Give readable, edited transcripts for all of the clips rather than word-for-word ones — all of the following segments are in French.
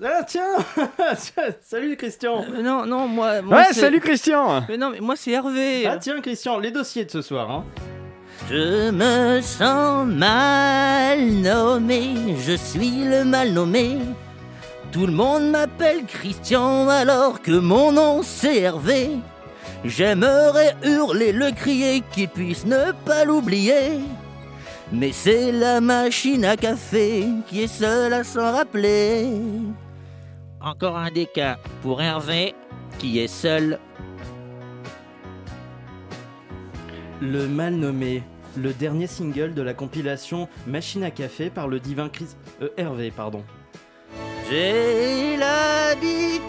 Ah tiens Salut Christian. Non, moi Ouais, salut Christian. Mais non, mais moi c'est Hervé. Ah tiens Christian, les dossiers de ce soir, hein. Je me sens mal nommé, je suis le mal nommé. Tout le monde m'appelle Christian alors que mon nom c'est Hervé. J'aimerais hurler, le crier, qu'il puisse ne pas l'oublier. Mais c'est la machine à café qui est seule à s'en rappeler. Encore un des cas pour Hervé qui est seul. Le mal nommé, le dernier single de la compilation Machine à café par le divin Hervé, pardon. J'ai l'habitude.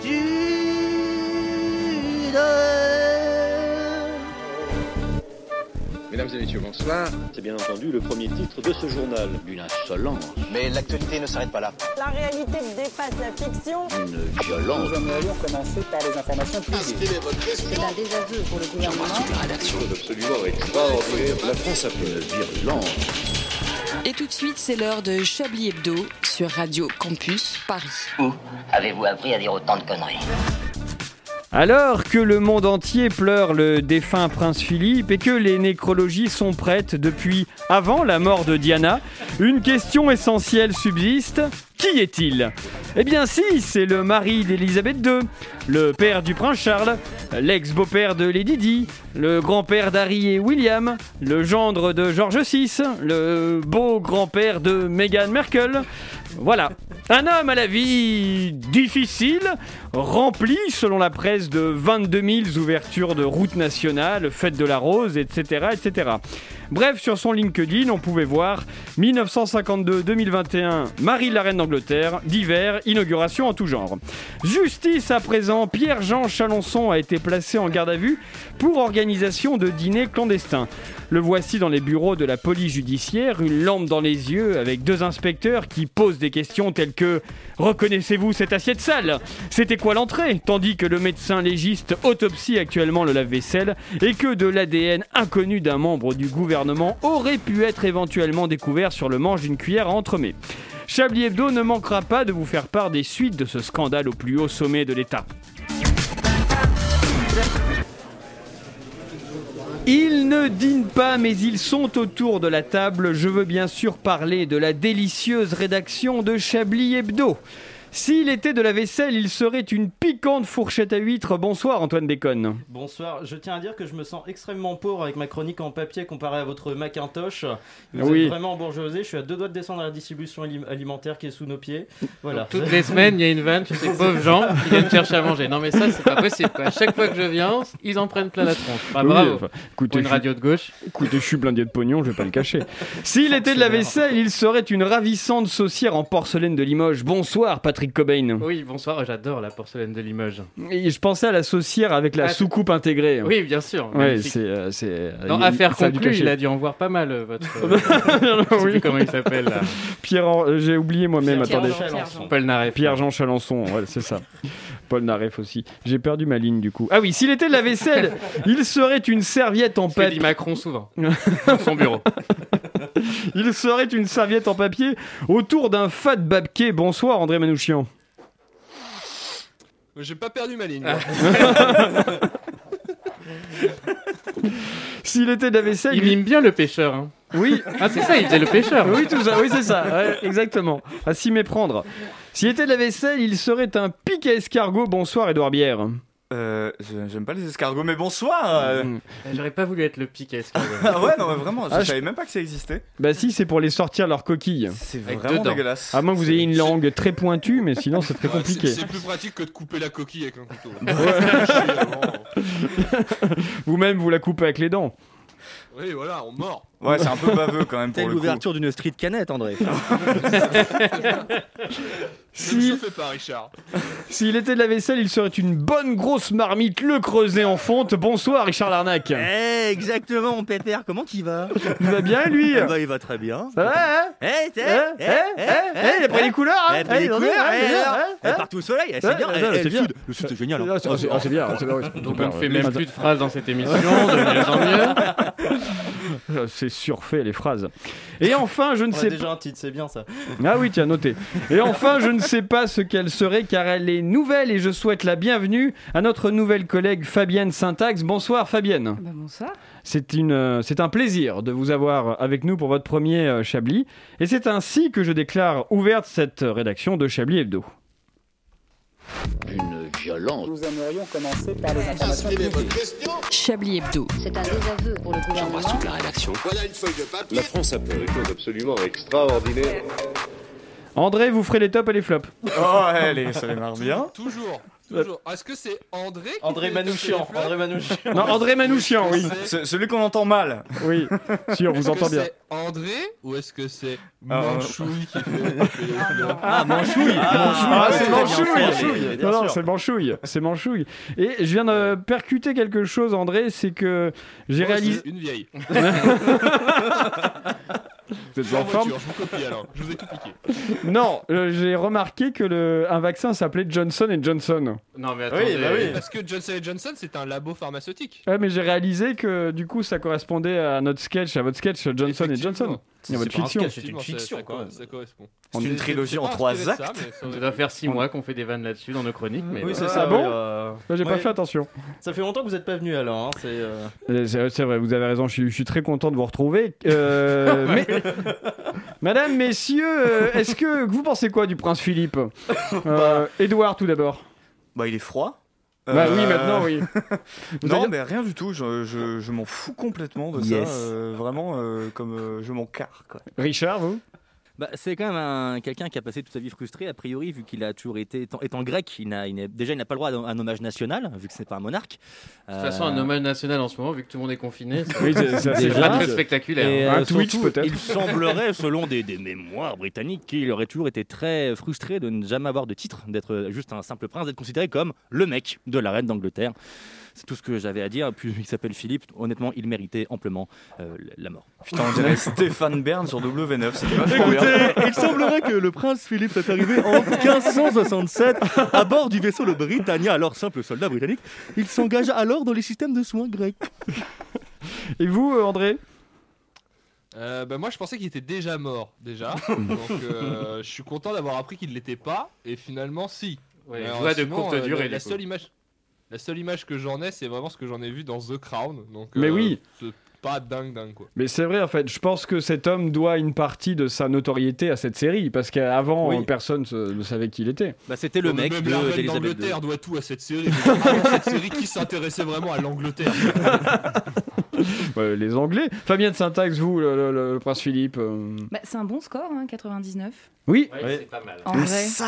Mesdames et messieurs, bonsoir. C'est bien entendu le premier titre de ce journal. Une insolence. Mais l'actualité ne s'arrête pas là. La réalité dépasse la fiction. Une violence. Nous aimerions commencer par les informations privées. C'est un désaveu pour le gouvernement. La rédaction est absolument extraordinaire. La France a fait une virulence. Et tout de suite, c'est l'heure de Chablis Hebdo sur Radio Campus Paris. Où avez-vous appris à dire autant de conneries ? Alors que le monde entier pleure le défunt prince Philippe et que les nécrologies sont prêtes depuis avant la mort de Diana, une question essentielle subsiste. Qui est-il ? Eh bien si, c'est le mari d'Élisabeth II, le père du prince Charles, l'ex-beau-père de Lady Di, le grand-père d'Harry et William, le gendre de George VI, le beau-grand-père de Meghan Markle. Voilà, un homme à la vie difficile, rempli selon la presse de 22 000 ouvertures de routes nationales, fêtes de la rose, etc., etc. Bref, sur son LinkedIn, on pouvait voir 1952-2021, Marie la reine d'Angleterre, divers, inauguration en tout genre. Justice à présent, Pierre-Jean Chalençon a été placé en garde à vue pour organisation de dîner clandestin. Le voici dans les bureaux de la police judiciaire, une lampe dans les yeux avec deux inspecteurs qui posent des questions telles que « Reconnaissez-vous cette assiette sale ? C'était quoi l'entrée ?» Tandis que le médecin légiste autopsie actuellement le lave-vaisselle et que de l'ADN inconnu d'un membre du gouvernement aurait pu être éventuellement découvert sur le manche d'une cuillère à entremets. Chablis Hebdo ne manquera pas de vous faire part des suites de ce scandale au plus haut sommet de l'État. Ils ne dînent pas, mais ils sont autour de la table. Je veux bien sûr parler de la délicieuse rédaction de Chablis Hebdo. S'il était de la vaisselle, il serait une piquante fourchette à huîtres. Bonsoir Antoine Déconne. Bonsoir, je tiens à dire que je me sens extrêmement pauvre avec ma chronique en papier comparée à votre Macintosh. Vous êtes vraiment bourgeoisé, je suis à deux doigts de descendre à la distribution alimentaire qui est sous nos pieds. Voilà. Donc, toutes les semaines, il y a une vanne sur ces pauvres gens qui viennent chercher à manger. Non mais ça, c'est pas possible. À chaque fois que je viens, ils en prennent plein la tronche. Bah, bravo, écoutez, pour une radio de gauche. Écoutez, je suis blindé de pognon, je vais pas le cacher. S'il était de la vaisselle, il serait une ravissante saucière en porcelaine de Limoges. Bonsoir Patrick Cobain. Oui, bonsoir, j'adore la porcelaine de Limoges. Et je pensais à la saucière avec la soucoupe intégrée. Oui, bien sûr. Ouais, c'est dans Affaire conclue, il a dû en voir pas mal, votre... je sais plus comment il s'appelle, là. J'ai oublié moi-même, attendez. Paul Naref. Pierre-Jean Chalençon, ouais, c'est ça. Paul Naref aussi. J'ai perdu ma ligne, du coup. Ah oui, s'il était de la vaisselle, il serait une serviette en papier. C'est dit Macron souvent, dans son bureau. Il serait une serviette en papier autour d'un fat babquet. Bonsoir, André Manouchian. J'ai pas perdu ma ligne. S'il était de la vaisselle... Il mime bien le pêcheur. Hein. Oui. Ah, c'est ça, il était le pêcheur. Oui, tout ça, oui, c'est ça. Ouais, exactement. À s'y méprendre. S'il était de la vaisselle, il serait un pic à escargot. Bonsoir, Édouard Bière. J'aime pas les escargots, mais bonsoir. J'aurais pas voulu être le pic à escargot. Ah ouais, non, mais vraiment, je savais même pas que ça existait. Bah si, c'est pour les sortir leurs coquilles. C'est vraiment dégueulasse. À moins que vous ayez une langue très pointue, mais sinon c'est très compliqué. C'est plus pratique que de couper la coquille avec un couteau. Vous-même, vous la coupez avec les dents. Oui, voilà, on mord. Ouais, c'est un peu baveux quand même pour le coup. l'ouverture d'une street canette, André. Ne me chauffez pas, Richard. S'il était de la vaisselle, il serait une bonne grosse marmite, le creuset en fonte. Bonsoir, Richard Larnac. Exactement, mon pépère, comment tu vas ? Il va bien, lui ? Bah, il va très bien. Ça va, hein ? Il a pris les couleurs, hein ? Il a pris les couleurs, partout au soleil, c'est bien. C'est bien. Le sud, c'est génial. C'est bien. Donc on ne fait même plus de phrases dans cette émission, de mieux en mieux. C'est surfait les phrases. Et enfin, je ne sais pas. déjà un titre, c'est bien ça. Ah oui, tiens, noté. Et enfin, je ne sais pas ce qu'elle serait car elle est nouvelle et je souhaite la bienvenue à notre nouvelle collègue Fabienne Syntax. Bonsoir Fabienne. Bonsoir. C'est un plaisir de vous avoir avec nous pour votre premier Chablis. Et c'est ainsi que je déclare ouverte cette rédaction de Chablis Hebdo. Une violence. Nous aimerions commencer par les informations publiques. Chablis Hebdo. C'est un désaveu pour le gouvernement. J'embrasse toute la rédaction. Voilà une feuille de papier. La France a fait des choses absolument extraordinaires. André, vous ferez les tops et les flops. Oh, ça les marche bien. Toujours. Est-ce que c'est André Manouchian. Non, André Manouchian, oui. Celui qu'on entend mal. Oui, sûr, vous entend bien. Est-ce que c'est André ou est-ce que c'est Manchouille qui fait Manchouille. C'est Manchouille. Non, c'est Manchouille. Et je viens de percuter quelque chose, André, c'est que j'ai réalisé... Une vieille. Vous êtes en forme ? Je vous copie alors, je vous ai tout piqué. Non, j'ai remarqué que un vaccin s'appelait Johnson & Johnson. Non mais attendez, oui. Parce que Johnson & Johnson c'est un labo pharmaceutique. Ouais, mais j'ai réalisé que du coup ça correspondait à votre sketch Johnson & Johnson. C'est votre fiction. C'est une fiction quoi. Ça correspond. C'est une trilogie en 3 actes. Ça doit faire 6 mois qu'on fait des vannes là-dessus dans nos chroniques. Mais oui, c'est ça. Bon, j'ai pas fait attention. Ça fait longtemps que vous n'êtes pas venu alors. C'est vrai, vous avez raison. Je suis très content de vous retrouver. Mais Madame, messieurs, est-ce que vous pensez quoi du prince Philippe ? Édouard, tout d'abord. Il est froid. Oui, maintenant, oui. Non, mais rien du tout. Je m'en fous complètement de ça. Vraiment, comme je m'en carre. Quoi. Richard, vous ? C'est quand même quelqu'un qui a passé toute sa vie frustré, a priori, vu qu'il a toujours été... Étant grec, il n'a pas le droit à un hommage national, vu que c'est pas un monarque. De toute façon, un hommage national en ce moment, vu que tout le monde est confiné, c'est pas très spectaculaire. Et, un Twitch, surtout, peut-être. Il semblerait, selon des mémoires britanniques, qu'il aurait toujours été très frustré de ne jamais avoir de titre, d'être juste un simple prince, d'être considéré comme le mec de la reine d'Angleterre. C'est tout ce que j'avais à dire. Puis il s'appelle Philippe. Honnêtement, il méritait amplement la mort. Putain, on dirait Stéphane Bern sur W9. C'était vachement bien. Écoutez, il semblerait que le prince Philippe est arrivé en 1567 à bord du vaisseau le Britannia, alors simple soldat britannique. Il s'engage alors dans les systèmes de soins grecs. Et vous, André ? Moi je pensais qu'il était déjà mort donc je suis content d'avoir appris qu'il ne l'était pas et finalement si. Voix de courte durée. La seule image que j'en ai, c'est vraiment ce que j'en ai vu dans The Crown. Donc, mais oui. C'est pas dingue quoi. Mais c'est vrai en fait. Je pense que cet homme doit une partie de sa notoriété à cette série parce qu'avant personne ne savait qui il était. C'était le mec même la reine d'Angleterre doit tout à cette série. Avant cette série, qui s'intéressait vraiment à l'Angleterre? Les Anglais. Fabien de Syntax, vous, le prince Philippe. C'est un bon score, 99. Oui, c'est pas mal. En vrai.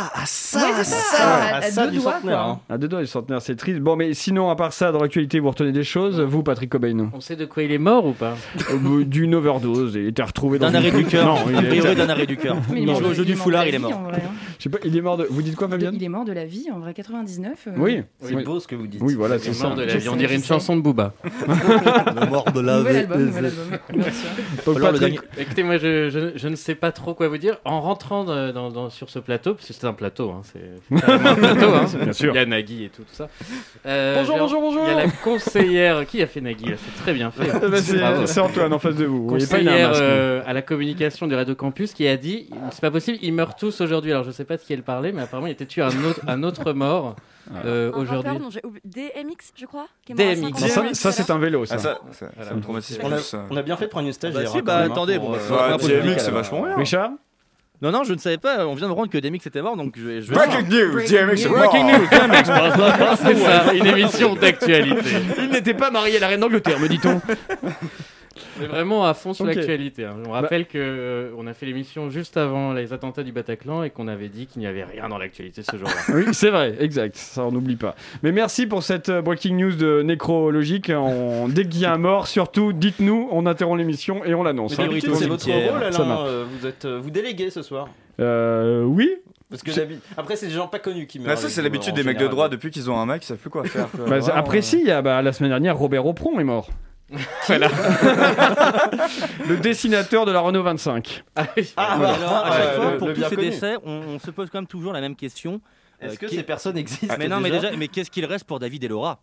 À deux doigts, quoi. À 2 doigts du centenaire, c'est triste. Bon, mais sinon, à part ça, dans l'actualité, vous retenez des choses. Vous, Patrick Cobain. On sait de quoi il est mort ou pas? D'une overdose. Il était retrouvé dans d'un arrêt du cœur. Non, il est d'un arrêt du cœur. Il joue au jeu du foulard, il est mort. Je sais pas, il est mort de. Vous dites quoi, Fabienne? Il est mort de la vie, en vrai, 99. Oui. C'est beau ce que vous dites. Oui, voilà, c'est ça. Mort de la vie. On dirait une chanson de Booba. Le mort de la vie. Nouvel album. Donc, Patrick... Écoutez, moi, je ne sais pas trop quoi vous dire. En rentrant sur ce plateau, parce que c'est un plateau, c'est carrément un plateau, bien sûr. Il y a Nagui et tout ça. Bonjour. Il y a la conseillère qui a fait Nagui, là, c'est très bien fait. C'est Antoine en face de vous. Conseillère à la communication de Radio Campus qui a dit c'est pas possible, ils meurent tous aujourd'hui. Alors je sais pas de qui elle parlait, mais apparemment il était tué un autre mort aujourd'hui. DMX, je crois. DMX. Ça c'est un vélo, ça. Ça me traumatise plus. On a bien fait de prendre une stagiaire. Attendez, DMX, c'est vachement bien. Richard? Non, je ne savais pas. On vient de me rendre que DMX était mort, donc je vais... Breaking news, DMX est mort. Breaking news, DMX. C'est ça, une émission d'actualité. Il n'était pas marié à la reine d'Angleterre, me dit-on. Mais vraiment à fond sur l'actualité. On rappelle que on a fait l'émission juste avant les attentats du Bataclan et qu'on avait dit qu'il n'y avait rien dans l'actualité ce jour-là. Oui, c'est vrai, exact. Ça, on n'oublie pas. Mais merci pour cette breaking news de nécrologique. Dès qu'il y a un mort, surtout, dites-nous, on interrompt l'émission et on l'annonce. Mais d'habitude, c'est votre rôle, Alain. Vous déléguez ce soir. Oui. Parce que après, c'est des gens pas connus qui meurent. Ça, c'est l'habitude des mecs de droit. Depuis qu'ils ont un Mec, ils savent plus quoi faire. Après, la semaine dernière, Robert Opron est mort. Voilà. Le dessinateur de la Renault 25. À chaque fois, pour tous ces décès, on se pose quand même toujours la même question. Est-ce que ces personnes existent mais qu'est-ce qu'il reste pour David et Laura?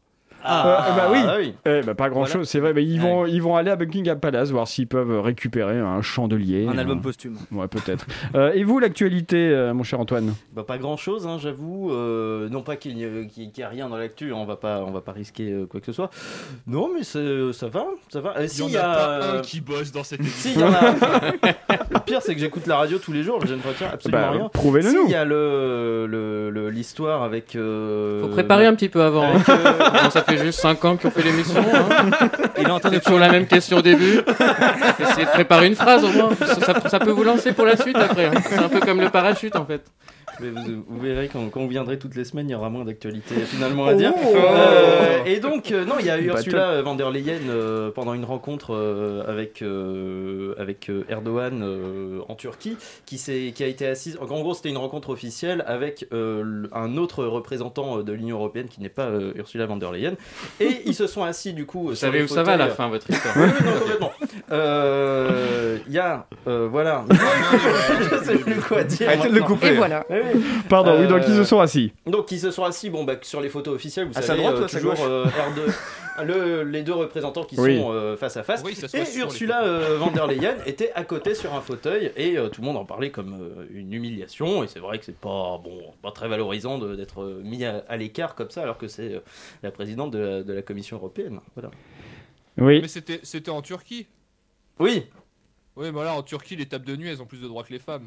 Bah oui. Ah oui. Pas grand-chose, c'est vrai. Mais ils vont aller à Buckingham Palace voir s'ils peuvent récupérer un chandelier. Un album posthume. Ouais, peut-être. Et vous, l'actualité, mon cher Antoine? Pas grand-chose, hein, j'avoue. Non pas qu'il n'y ait rien dans l'actu, on va pas risquer quoi que ce soit. Non, mais ça va. Il y en a pas un qui bosse dans cette émission. Si, il y en a. Le pire, c'est que j'écoute la radio tous les jours, je ne retiens absolument rien. Prouvez-le nous. Il y a l'histoire avec. Faut préparer un petit peu avant. Bon, ça fait juste 5 ans qu'on fait l'émission. Il est en train de toujours la même question au début. Essayez de préparer une phrase au moins. Ça peut vous lancer pour la suite après. C'est un peu comme le parachute en fait. Mais vous verrez quand vous viendrez toutes les semaines, il y aura moins d'actualité finalement à dire. Et donc, non, il y a Ursula von der Leyen pendant une rencontre avec Erdogan en Turquie, qui a été assise. En gros, c'était une rencontre officielle avec un autre représentant de l'Union européenne qui n'est pas Ursula von der Leyen. Et ils se sont assis du coup. Vous savez où ça va à la fin, votre histoire? Oui, non, complètement. Il y a. Voilà. Je sais plus quoi dire. Arrêtez de le couper. Et voilà. Pardon, oui, donc ils se sont assis. Donc ils se sont assis, sur les photos officielles, vous à savez, sa droite ou à sa toujours gauche les deux représentants qui Oui. sont face à face. Oui, ça se Et passe sur Ursula von der Leyen était à côté sur un fauteuil et tout le monde en parlait comme une humiliation. Et c'est vrai que c'est pas très valorisant d'être mis à l'écart comme ça alors que c'est la présidente de la Commission européenne. Voilà. Oui. Mais c'était en Turquie. Oui. Oui, mais là, en Turquie, les tables de nuit, elles ont plus de droits que les femmes.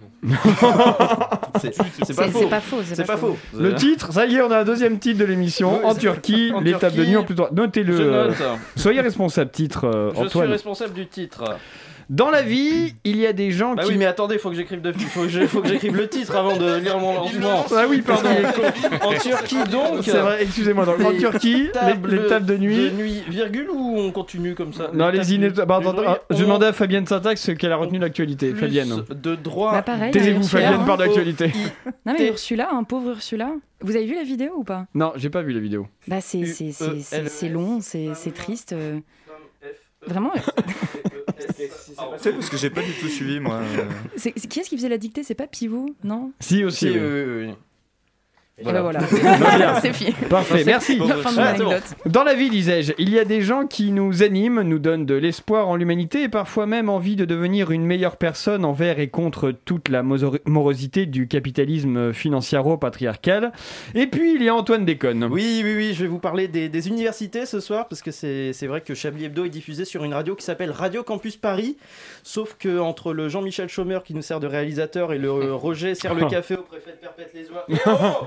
C'est pas faux. C'est pas faux. Le titre, ça y est, on a un deuxième titre de l'émission. En Turquie, les tables de nuit ont plus de droit. Notez-le. Je note. Soyez responsable, titre, Je Antoine. suis responsable du titre. Dans la vie, il y a des gens qui... oui, mais attendez, faut que j'écrive le titre avant de lire mon lancement. Ah oui, pardon. En Turquie, donc. C'est vrai, excusez-moi. Donc, en Turquie, les tables de nuit... virgule ou on continue comme ça? Non, les je demandais à Fabienne Syntax qu'elle a retenu l'actualité. Fabienne. De droit. Pareil. Taisez-vous, Fabienne, par l'actualité. Non, mais Ursula, pauvre Ursula. Vous avez vu la vidéo ou pas? Non, j'ai pas vu la vidéo. C'est long, c'est triste. Vraiment. C'est parce que j'ai pas du tout suivi, moi. Qui est-ce qui faisait la dictée? C'est pas Pivot, non? Si, aussi. Oui. Voilà. C'est fini. Parfait, merci. La fin de l'anecdote. Dans la vie, disais-je, il y a des gens qui nous animent, nous donnent de l'espoir en l'humanité et parfois même envie de devenir une meilleure personne envers et contre toute la morosité du capitalisme financiero-patriarcal. Et puis, il y a Antoine Déconne. Oui, je vais vous parler des universités ce soir parce que c'est vrai que Chablis Hebdo est diffusé sur une radio qui s'appelle Radio Campus Paris. Sauf que entre le Jean-Michel Chômeur qui nous sert de réalisateur et le Roger sert le café au préfet de Perpète-les-Oies.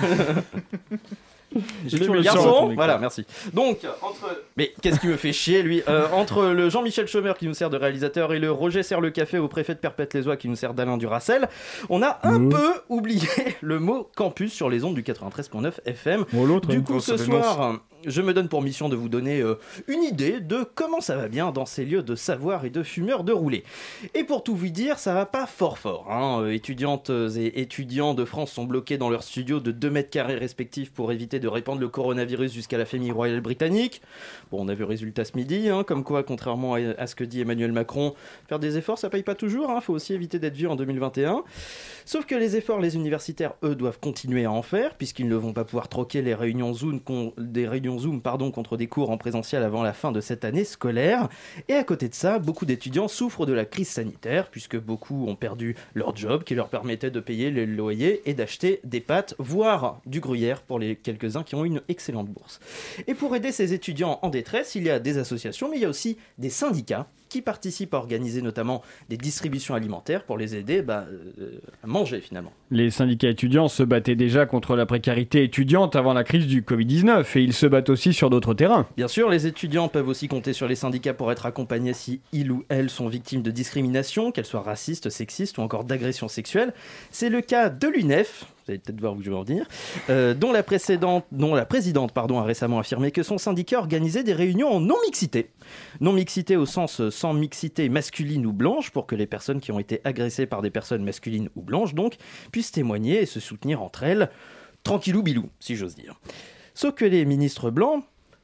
Le garçon, voilà, merci. Donc, mais qu'est-ce qui me fait chier, lui entre le Jean-Michel Chômeur qui nous sert de réalisateur et le Roger sert le café au préfet de Perpète-les-Oies qui nous sert d'Alain Duracell, on a un peu oublié le mot campus sur les ondes du 93.9 FM. Du coup, ce soir, je me donne pour mission de vous donner une idée de comment ça va bien dans ces lieux de savoir et de fumeurs de rouler. Et pour tout vous dire, ça va pas fort. Étudiantes et étudiants de France sont bloqués dans leurs studios de 2 mètres carrés respectifs pour éviter de répandre le coronavirus jusqu'à la famille royale britannique. Bon, on a vu le résultat ce midi, comme quoi, contrairement à ce que dit Emmanuel Macron, faire des efforts, ça paye pas toujours, faut aussi éviter d'être vieux en 2021. Sauf que les efforts, les universitaires, eux, doivent continuer à en faire, puisqu'ils ne vont pas pouvoir troquer les réunions Zoom contre des cours en présentiel avant la fin de cette année scolaire. Et à côté de ça, beaucoup d'étudiants souffrent de la crise sanitaire, puisque beaucoup ont perdu leur job qui leur permettait de payer les loyers et d'acheter des pâtes, voire du gruyère pour les quelques-uns qui ont une excellente bourse. Et pour aider ces étudiants en détresse, il y a des associations, mais il y a aussi des syndicats qui participent à organiser notamment des distributions alimentaires pour les aider à manger finalement. Les syndicats étudiants se battaient déjà contre la précarité étudiante avant la crise du Covid-19 et ils se battent aussi sur d'autres terrains. Bien sûr, les étudiants peuvent aussi compter sur les syndicats pour être accompagnés si ils ou elles sont victimes de discrimination, qu'elles soient racistes, sexistes ou encore d'agressions sexuelles. C'est le cas de l'UNEF, vous allez peut-être voir où je veux en venir, dont la présidente a récemment affirmé que son syndicat organisait des réunions en non-mixité. Non-mixité au sens sans mixité masculine ou blanche, pour que les personnes qui ont été agressées par des personnes masculines ou blanches, donc, puissent témoigner et se soutenir entre elles, tranquillou bilou, si j'ose dire. Sauf que les ministres blancs,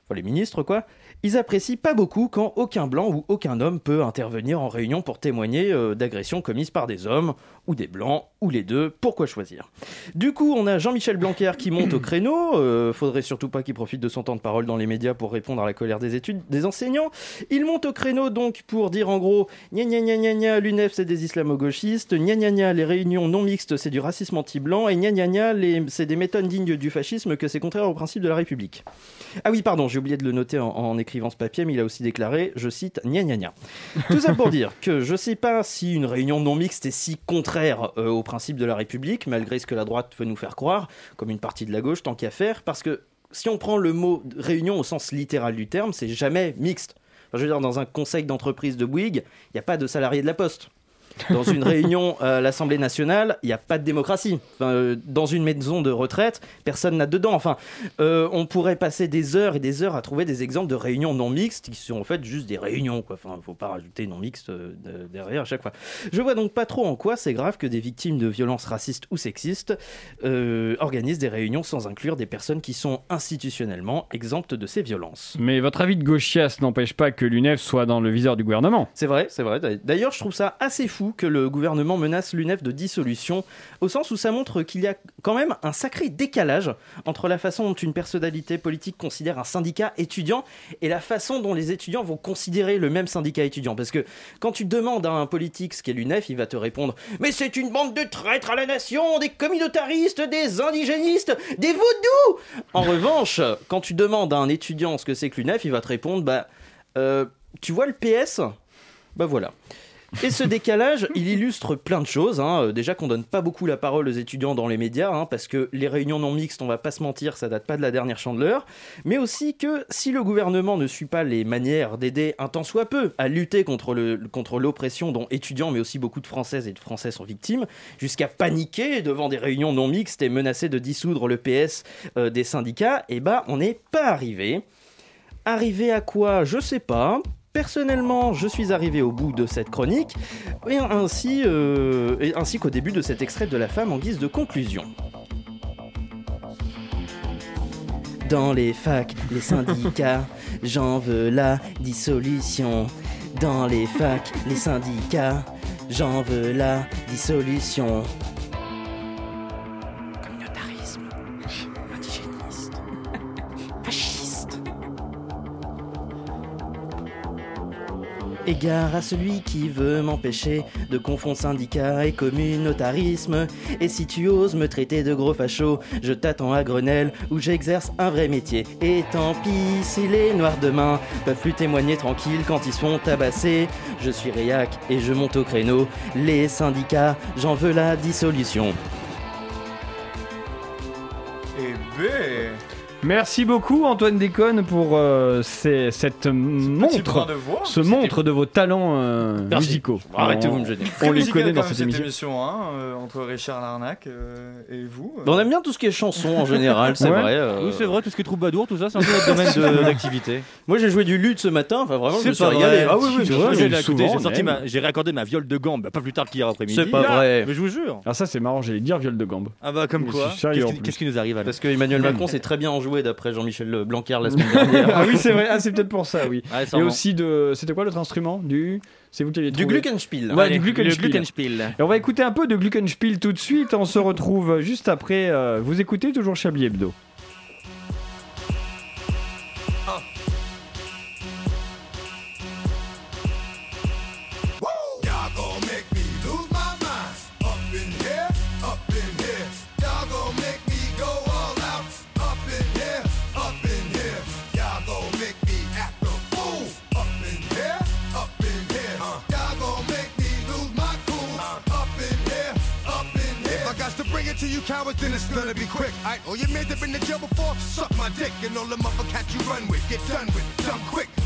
les ministres quoi, ils apprécient pas beaucoup quand aucun blanc ou aucun homme peut intervenir en réunion pour témoigner d'agressions commises par des hommes ou des blancs ou les deux, pourquoi choisir? Du coup, on a Jean-Michel Blanquer qui monte au créneau, faudrait surtout pas qu'il profite de son temps de parole dans les médias pour répondre à la colère des enseignants. Il monte au créneau donc pour dire en gros gna gna gna gna gna, l'UNEF c'est des islamo-gauchistes, gna gna gna, les réunions non mixtes c'est du racisme anti-blanc, et gna gna gna, c'est des méthodes dignes du fascisme, que c'est contraire au principe de la République. Ah oui, pardon, j'ai oublié de le noter en écrivant ce papier, mais il a aussi déclaré, je cite, gna gna gna. Tout ça pour dire que je sais pas si une réunion non mixte est si contraire au principe de la République, malgré ce que la droite veut nous faire croire, comme une partie de la gauche, tant qu'à faire, parce que si on prend le mot réunion au sens littéral du terme, c'est jamais mixte. Enfin, je veux dire, dans un conseil d'entreprise de Bouygues, il n'y a pas de salariés de la Poste. Dans une réunion à l'Assemblée nationale, il n'y a pas de démocratie. Enfin, dans une maison de retraite, personne n'a dedans. Enfin, on pourrait passer des heures et des heures à trouver des exemples de réunions non mixtes qui sont en fait juste des réunions, quoi. Enfin, faut pas rajouter non mixte derrière à chaque fois. Je vois donc pas trop en quoi c'est grave que des victimes de violences racistes ou sexistes organisent des réunions sans inclure des personnes qui sont institutionnellement exemptes de ces violences. Mais votre avis de gauchias n'empêche pas que l'UNEF soit dans le viseur du gouvernement. C'est vrai, c'est vrai. D'ailleurs, je trouve ça assez fou que le gouvernement menace l'UNEF de dissolution, au sens où ça montre qu'il y a quand même un sacré décalage entre la façon dont une personnalité politique considère un syndicat étudiant et la façon dont les étudiants vont considérer le même syndicat étudiant. Parce que quand tu demandes à un politique ce qu'est l'UNEF, il va te répondre « Mais c'est une bande de traîtres à la nation, des communautaristes, des indigénistes, des vaudous !» En revanche, quand tu demandes à un étudiant ce que c'est que l'UNEF, il va te répondre « Tu vois le PS ? Bah voilà. » Et ce décalage, il illustre plein de choses. Déjà qu'on donne pas beaucoup la parole aux étudiants dans les médias, parce que les réunions non mixtes, on va pas se mentir, ça date pas de la dernière Chandeleur. Mais aussi que si le gouvernement ne suit pas les manières d'aider un tant soit peu à lutter contre l'oppression dont étudiants, mais aussi beaucoup de Françaises et de Français sont victimes, jusqu'à paniquer devant des réunions non mixtes et menacer de dissoudre le PS des syndicats, on n'est pas arrivé. Arrivé à quoi ? Je sais pas. Personnellement, je suis arrivé au bout de cette chronique, et ainsi qu'au début de cet extrait de La Femme en guise de conclusion. Dans les facs, les syndicats, j'en veux la dissolution. Dans les facs, les syndicats, j'en veux la dissolution. Communautarisme, indigéniste, fasciste. Égard à celui qui veut m'empêcher de confondre syndicat et communautarisme. Et si tu oses me traiter de gros facho, je t'attends à Grenelle où j'exerce un vrai métier. Et tant pis si les noirs demain peuvent plus témoigner tranquille quand ils se font tabasser. Je suis réac et je monte au créneau. Les syndicats, j'en veux la dissolution. Merci beaucoup Antoine Déconne pour cette montre de vos talents musicaux. Arrêtez, vous me gênez. On les connaît dans cette émission. Entre Richard Larnac et vous. On aime bien tout ce qui est chanson en général, c'est vrai. Oui, c'est vrai, tout ce qui est troubadour, tout ça, c'est un peu notre domaine d'activité. Moi j'ai joué du luth ce matin, enfin vraiment je me suis régalé. Ah oui, j'ai réaccordé ma viole de gambe pas plus tard qu'hier après-midi. C'est pas vrai. Mais je vous jure. Ah ça c'est marrant, j'allais dire viole de gambe. Ah bah comme quoi. Qu'est-ce qui nous arrive alors ? Parce que Emmanuel Macron s'est très bien enjoué d'après Jean-Michel Blanquer la semaine dernière. Ah oui c'est vrai, c'est peut-être pour ça oui. Et aussi c'était quoi l'autre instrument c'est vous qui l'avez trouvé. Du Glückenspiel. Ouais, du Glückenspiel. Et on va écouter un peu de Glückenspiel tout de suite. On se retrouve juste après. Vous écoutez toujours Chablis Hebdo. To you cowards, then it's gonna be quick. All your mans have been to jail before, suck my dick. And all the motherfuckers you run with, get done with, dumb quick.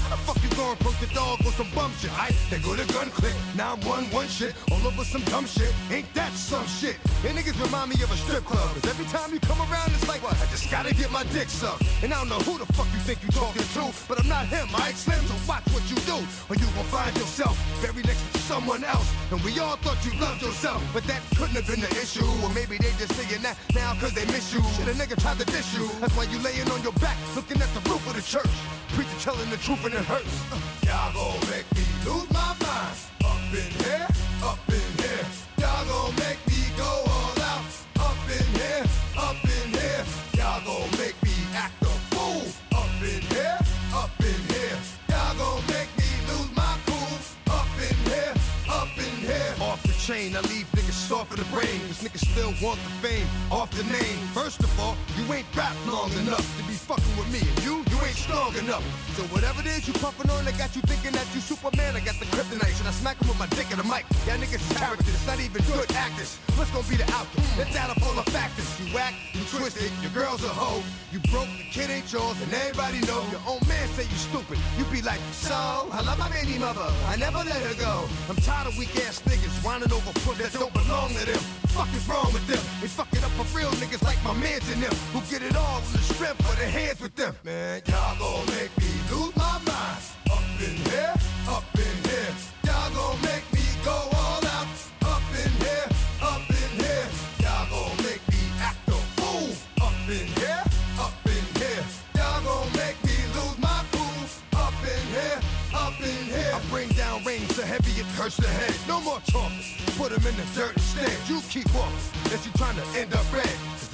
How the fuck you gonna approach the dog with some bum shit? They go to gun click, 911 shit, all over some dumb shit. Ain't that some shit? And niggas remind me of a strip club, cause every time you come around it's like, what? I just gotta get my dick sucked. And I don't know who the fuck you think you talking to, but I'm not him, I Slim, so watch what you do, or you gon' find yourself very next to someone else. And we all thought you loved yourself, but that couldn't have been the issue. Or maybe they just saying that now cause they miss you. Shit, a nigga tried to diss you, that's why you laying on your back, looking at the roof of the church. Preacher telling the truth and it hurts. Y'all gon' make me lose my mind. Up in here, up in here. Y'all gon' make me go all out. Up in here, up in here. Y'all gon' make me act a fool. Up in here, up in here. Y'all gon' make me lose my cool. Up in here, up in here. Off the chain, I leave niggas soft in the brain. Cause niggas still want the fame, off the name. First of all, you ain't rap long enough to be fucking with me. And you ain't strong enough. So whatever it is you puffin' on, I got you thinking that you Superman. I got the kryptonite, and I smack him with my dick in the mic. Y'all niggas is characters, it's not even good actors. What's gonna be the outcome? Let's add up all the factors. You whack, you twisted, your girl's a hoe. You broke, the kid ain't yours, and everybody know. Your own man say you stupid. You be like, so, I love my baby mother, I never let her go. I'm tired of weak ass niggas whining over foot that don't belong to them. Fuck is wrong with them? They fucking up for real niggas like my mans and them, who get it all in the strength for their hands with them. Man, y'all gon' make me lose my mind. Up in here, up in here. Y'all gon' make me go all out. Up in here, up in here. Y'all gon' make me act a fool. Up in here, up in here. Y'all gon' make me lose my cool. Up in here, up in here. I bring down rain so heavy it hurts the head. No more talking, put them in the dirt instead. You keep walking, unless you trying to end up red.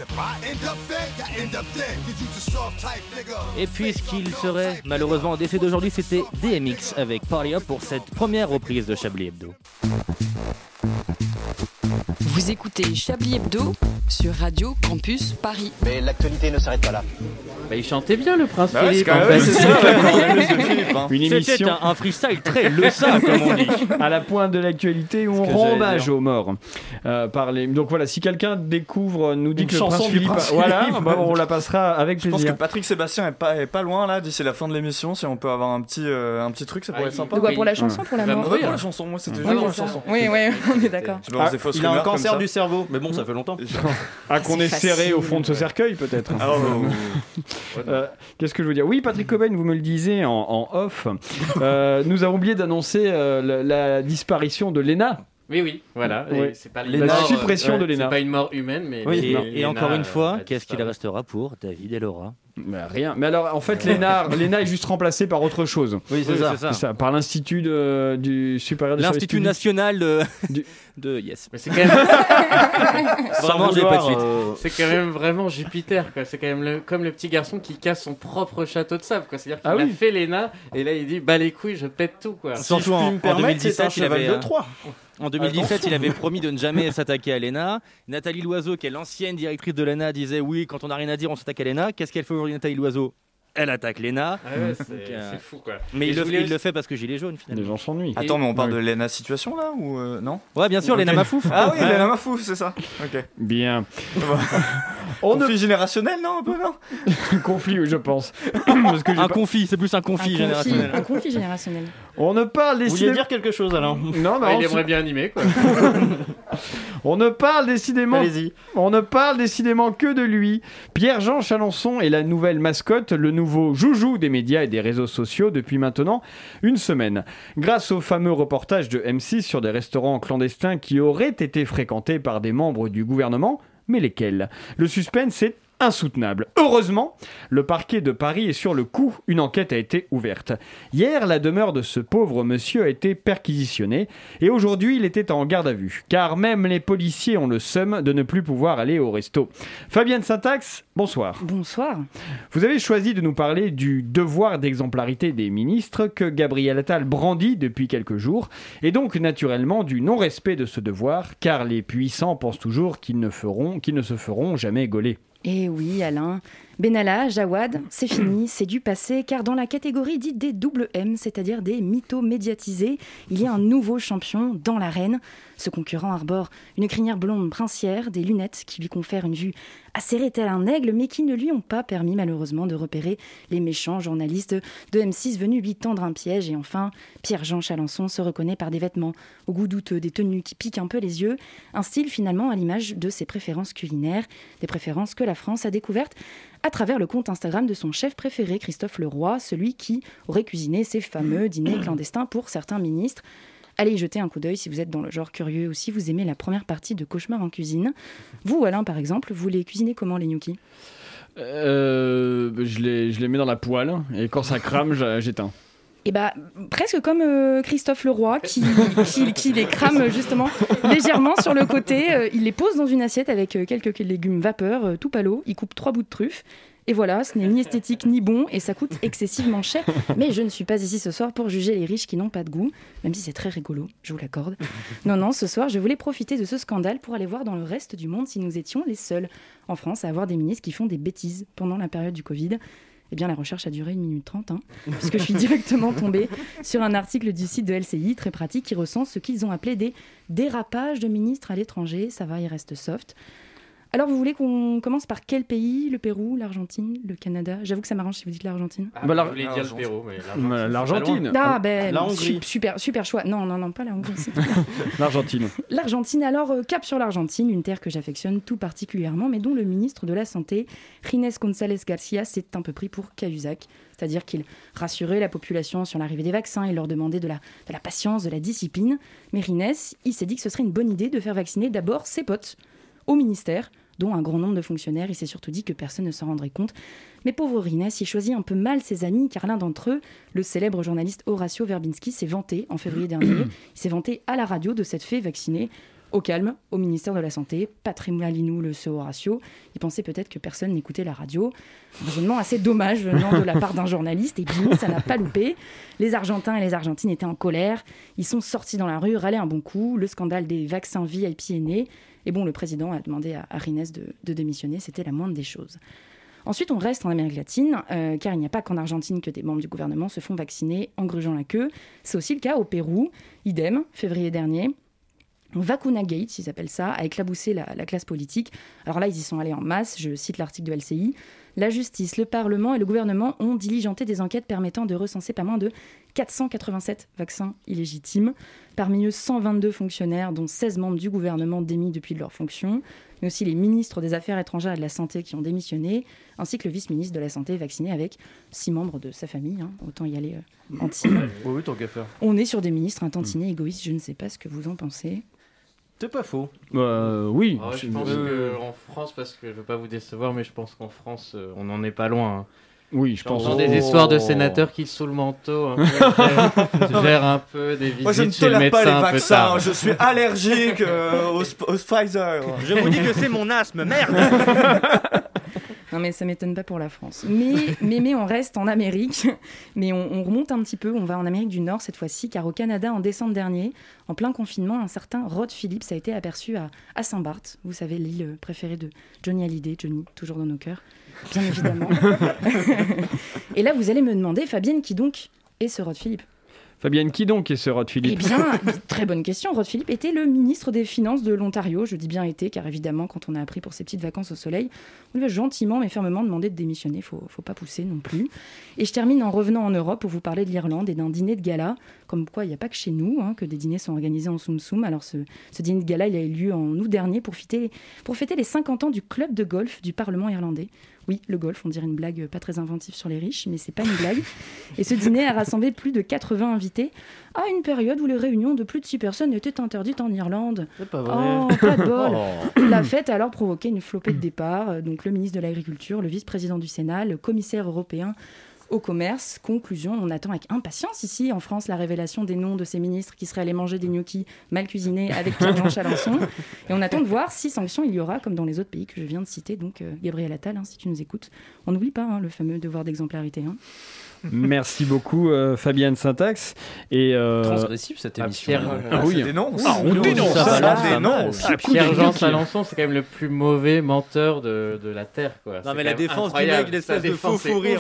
Et puisqu'il serait malheureusement décédé aujourd'hui, c'était DMX avec Party Up pour cette première reprise de Chablis Hebdo. Vous écoutez Chablis Hebdo sur Radio Campus Paris. Mais l'actualité ne s'arrête pas là. Bah, il chantait bien le Prince Bah Philippe. ouais, c'est ça, Une émission C'était un freestyle très leçon, comme on dit. à la pointe de l'actualité où on rend hommage aux morts. Donc voilà, si quelqu'un découvre, nous dit Une que le chanson Prince du Philippe, Prince voilà, Philippe. bah, on la passera avec Je pense plaisir. que Patrick Sébastien est pas loin là, d'ici la fin de l'émission. Si on peut avoir un petit truc, ça pourrait être sympa. De quoi, pour la chanson, pour la mort? Ouais, pour la chanson, moi c'était Oui, juste pour la c'est ça. chanson. Oui, on est d'accord. Je balance des fausses Il a un rumeurs comme cancer ça. du cerveau, mais bon, ça fait longtemps. Qu'on est serré au fond de ce cercueil, peut-être. Qu'est-ce que je veux dire? Oui, Patrick Cobain, vous me le disiez en off. Nous avons oublié d'annoncer la disparition de Léna. Oui, voilà. Oui. C'est pas La suppression de Léna. C'est pas une mort humaine, mais. Oui, Léna, et encore une fois, qu'est-ce qu'il restera pour David et Laura? Rien. Mais alors, en fait, Léna est juste remplacée par autre chose. Oui, c'est ça. Par l'Institut du supérieur des l'Institut services publics. national de Yes. Mais c'est quand même. Vraiment, j'ai pas de suite. C'est quand même vraiment Jupiter, quoi. C'est quand même comme le petit garçon qui casse son propre château de sable, quoi. C'est-à-dire qu'il a fait Léna, et là il dit bah les couilles, je pète tout, quoi. Surtout en 2017, il avait. de 3. En 2017, il avait promis de ne jamais s'attaquer à Léna. Nathalie Loiseau, qui est l'ancienne directrice de Léna, disait oui, quand on n'a rien à dire, on s'attaque à Léna. Qu'est-ce qu'elle fait aujourd'hui, Nathalie Loiseau? Elle attaque Léna. Ah ouais, c'est fou, quoi. Mais il le fait parce que gilet jaune, finalement. Les gens s'ennuient. Attends, mais on parle de Léna Situation là ou non? Ouais, bien sûr, Léna Mafouf. Ah oui, Léna Mafouf, c'est ça. Ok. Bien. Conflit générationnel, non, un peu, non? Conflit, je pense. Conflit, c'est plus un conflit générationnel. Un conflit générationnel. On ne parle des Vous vouliez dire quelque chose, Alain? Non, il aimerait bien animer, quoi. On ne parle décidément. Allez-y. On ne parle décidément que de lui. Pierre-Jean Chalençon est la nouvelle mascotte, le nouveau joujou des médias et des réseaux sociaux depuis maintenant une semaine. Grâce au fameux reportage de M6 sur des restaurants clandestins qui auraient été fréquentés par des membres du gouvernement, mais lesquels? Le suspense est insoutenable. Heureusement, le parquet de Paris est sur le coup. Une enquête a été ouverte. Hier, la demeure de ce pauvre monsieur a été perquisitionnée et aujourd'hui, il était en garde à vue. Car même les policiers ont le seum de ne plus pouvoir aller au resto. Fabienne Syntax, bonsoir. Bonsoir. Vous avez choisi de nous parler du devoir d'exemplarité des ministres que Gabriel Attal brandit depuis quelques jours et donc naturellement du non-respect de ce devoir car les puissants pensent toujours qu'ils ne se feront jamais gauler. Et oui, Alain, Benalla, Jawad, c'est fini, c'est du passé, car dans la catégorie dite des double M, c'est-à-dire des mythos médiatisés, il y a un nouveau champion dans l'arène. Ce concurrent arbore une crinière blonde princière, des lunettes qui lui confèrent une vue acérée tel un aigle, mais qui ne lui ont pas permis malheureusement de repérer les méchants journalistes de M6 venus lui tendre un piège. Et enfin, Pierre-Jean Chalençon se reconnaît par des vêtements au goût douteux, des tenues qui piquent un peu les yeux, un style finalement à l'image de ses préférences culinaires, des préférences que la France a découvertes à travers le compte Instagram de son chef préféré, Christophe Leroy, celui qui aurait cuisiné ces fameux dîners clandestins pour certains ministres. Allez y jeter un coup d'œil si vous êtes dans le genre curieux ou si vous aimez la première partie de Cauchemar en cuisine. Vous, Alain, par exemple, vous les cuisinez comment, les gnocchis ? Je les mets dans la poêle et quand ça crame, j'éteins. Et presque comme Christophe Leroy qui les crame justement légèrement sur le côté. Il les pose dans une assiette avec quelques légumes vapeur, tout palo. Il coupe 3 bouts de truffe. Et voilà, ce n'est ni esthétique ni bon et ça coûte excessivement cher. Mais je ne suis pas ici ce soir pour juger les riches qui n'ont pas de goût, même si c'est très rigolo, je vous l'accorde. Non, ce soir, je voulais profiter de ce scandale pour aller voir dans le reste du monde si nous étions les seuls en France à avoir des ministres qui font des bêtises pendant la période du Covid. Eh bien, la recherche a duré 1 minute 30, puisque je suis directement tombée sur un article du site de LCI, très pratique, qui recense ce qu'ils ont appelé des dérapages de ministres à l'étranger. Ça va, il reste soft. Alors, vous voulez qu'on commence par quel pays ? Le Pérou, l'Argentine, le Canada ? J'avoue que ça m'arrange si vous dites l'Argentine. Je voulais dire le Pérou, mais l'Argentine. La Hongrie. Super choix. Non, pas la Hongrie. L'Argentine, alors, cap sur l'Argentine, une terre que j'affectionne tout particulièrement, mais dont le ministre de la Santé, Ginés González García, s'est un peu pris pour Cahuzac. C'est-à-dire qu'il rassurait la population sur l'arrivée des vaccins, il leur demandait de la patience, de la discipline. Mais Ginés, il s'est dit que ce serait une bonne idée de faire vacciner d'abord ses potes au ministère, dont un grand nombre de fonctionnaires. Il s'est surtout dit que personne ne s'en rendrait compte. Mais pauvre Ginés, il choisit un peu mal ses amis, car l'un d'entre eux, le célèbre journaliste Horacio Verbinski, s'est vanté en février dernier. Il s'est vanté à la radio de s'être fait vacciner au calme, au ministère de la Santé. Patrimalinou, ce Horacio. Il pensait peut-être que personne n'écoutait la radio. Un raisonnement assez dommage venant de la part d'un journaliste. Et bim, ça n'a pas loupé. Les Argentins et les Argentines étaient en colère. Ils sont sortis dans la rue, râlaient un bon coup. Le scandale des vaccins VIP est né. Et bon, le président a demandé à Ginés de démissionner, c'était la moindre des choses. Ensuite, on reste en Amérique latine, car il n'y a pas qu'en Argentine que des membres du gouvernement se font vacciner en grugeant la queue. C'est aussi le cas au Pérou, idem, février dernier. Vacuna Gate, ils appellent ça, a éclaboussé la classe politique. Alors là, ils y sont allés en masse, je cite l'article de LCI. La justice, le Parlement et le gouvernement ont diligenté des enquêtes permettant de recenser pas moins de 487 vaccins illégitimes. Parmi eux, 122 fonctionnaires, dont 16 membres du gouvernement démis depuis leur fonction, mais aussi les ministres des Affaires étrangères et de la Santé qui ont démissionné, ainsi que le vice-ministre de la Santé vacciné avec 6 membres de sa famille. Autant y aller en team. Oui, tant qu'à faire. On est sur des ministres un tantinet égoïstes, je ne sais pas ce que vous en pensez. C'est pas faux. Oui. Je pense qu'en France, parce que je veux pas vous décevoir, mais je pense qu'en France, on n'en est pas loin. Oui, je pense. Des histoires de sénateurs qui sous le manteau gèrent un peu des visites. Moi, je ne chez le tolère pas les médecin vaccins. Je suis allergique au Pfizer. Je vous dis que c'est mon asthme, merde. Non, mais ça m'étonne pas pour la France. Mais on reste en Amérique. Mais on remonte un petit peu. On va en Amérique du Nord cette fois-ci, car au Canada, en décembre dernier, en plein confinement, un certain Rod Phillips a été aperçu à Saint-Barth. Vous savez, l'île préférée de Johnny Hallyday. Johnny, toujours dans nos cœurs, bien évidemment. Et là, vous allez me demander, Fabienne, qui donc est ce Rod Phillips ? Fabienne, qui donc est ce Rod Phillips ? Eh bien, très bonne question. Rod Phillips était le ministre des Finances de l'Ontario. Je dis bien été, car évidemment, quand on a appris pour ses petites vacances au soleil, on lui a gentiment mais fermement demandé de démissionner. Faut pas pousser non plus. Et je termine en revenant en Europe pour vous parler de l'Irlande et d'un dîner de gala. Comme quoi, il n'y a pas que chez nous que des dîners sont organisés en soum-soum. Alors, ce dîner de gala, il a eu lieu en août dernier pour fêter les 50 ans du club de golf du Parlement irlandais. Oui, le golf, on dirait une blague pas très inventive sur les riches, mais c'est pas une blague. Et ce dîner a rassemblé plus de 80 invités à une période où les réunions de plus de 6 personnes étaient interdites en Irlande. C'est pas vrai. Oh, pas de bol. La fête a alors provoqué une flopée de départs. Donc le ministre de l'Agriculture, le vice-président du Sénat, le commissaire européen au commerce. Conclusion, on attend avec impatience ici en France la révélation des noms de ces ministres qui seraient allés manger des gnocchis mal cuisinés avec Pierre-Jean Chalençon. Et on attend de voir si sanctions il y aura comme dans les autres pays que je viens de citer. Donc Gabriel Attal, si tu nous écoutes, on n'oublie pas le fameux devoir d'exemplarité. Merci beaucoup Fabienne Syntax et transgressif cette émission. Oui, on dénonce. Pierre-Jean Chalençon, c'est quand même le plus mauvais menteur de la terre, quoi. Non mais la défense du mec, l'espèce de faux rire.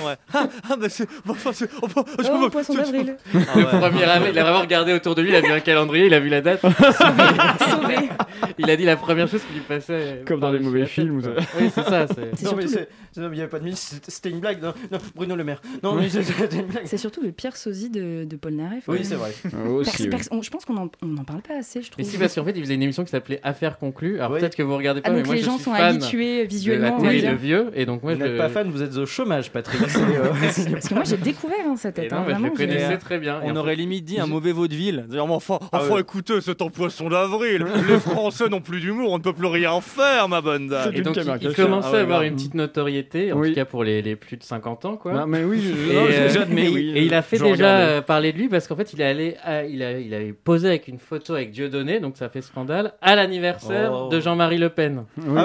Poisson d'avril. Le 1er avril, il a vraiment regardé autour de lui, il a vu un calendrier, il a vu la date. Sauvé. Il a dit la première chose qui lui passait. Comme dans les mauvais films. Oui, c'est ça. Non mais il n'y avait pas de ministre, c'était une blague. Non, Bruno Le Maire. Non mais c'est surtout le pire sosie de Paul Naref. Oui, c'est vrai. Je pense qu'on n'en parle pas assez, je trouve. Mais si, parce qu'en fait, il faisait une émission qui s'appelait Affaires conclues. Alors peut-être que vous regardez pas, mais donc moi les je gens suis sont fan habitués visuellement. De la télé de vieux, et donc moi vous n'êtes pas fan, vous êtes au chômage, Patrick. Parce que moi j'ai découvert cette tête. Je le connaissais très bien. On aurait limite dit un mauvais vaudeville. Enfin, écoutez, c'est un poisson d'avril. Les Français n'ont plus d'humour, on ne peut plus rien faire, ma bonne dame. Et donc il commençait à avoir une petite notoriété, en tout cas pour les plus de 50 ans, quoi. Non, mais oui, j'admets. Et il a fait déjà parler de lui parce qu'en fait il a posé avec une photo avec Dieudonné, donc ça fait scandale, à l'anniversaire de Jean-Marie Le Pen. Il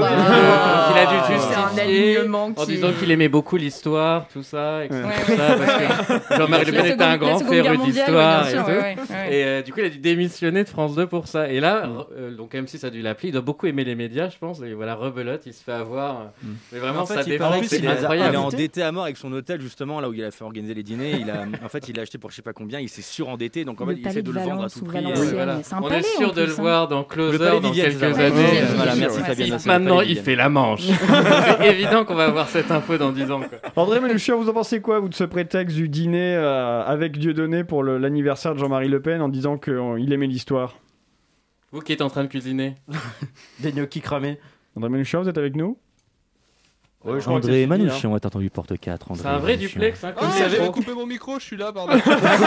a dû justifier en disant qu'il aimait beaucoup l'histoire, tout ça, etc. Parce que Jean-Marie Le Pen était un grand féru d'histoire et tout. Et du coup il a dû démissionner de France 2 pour ça. Et là, donc M6 a dû l'appeler, il doit beaucoup aimer les médias, je pense. Et voilà, rebelote, il se fait avoir. Mais vraiment, ça défend, c'est incroyable. Il est endetté à mort avec son hôtel, justement, là où il a fait organiser les dîners. Il a acheté pour je sais pas combien, il s'est surendetté, donc en fait il essaie de le vendre à tout prix. On est sûr de le voir dans Closer dans quelques années. Voilà, merci Fabienne. Maintenant il fait la manche. C'est évident qu'on va avoir cette info dans 10 ans. André Manouchian, vous en pensez quoi, vous, de ce prétexte du dîner avec Dieudonné pour l'anniversaire de Jean-Marie Le Pen en disant qu'il aimait l'histoire? Vous qui êtes en train de cuisiner des gnocchis cramés. André Manouchian, vous êtes avec nous? Ouais, André Manouchian est attendu porte 4. C'est un vrai duplex. Vous savez couper mon micro, je suis là, pardon.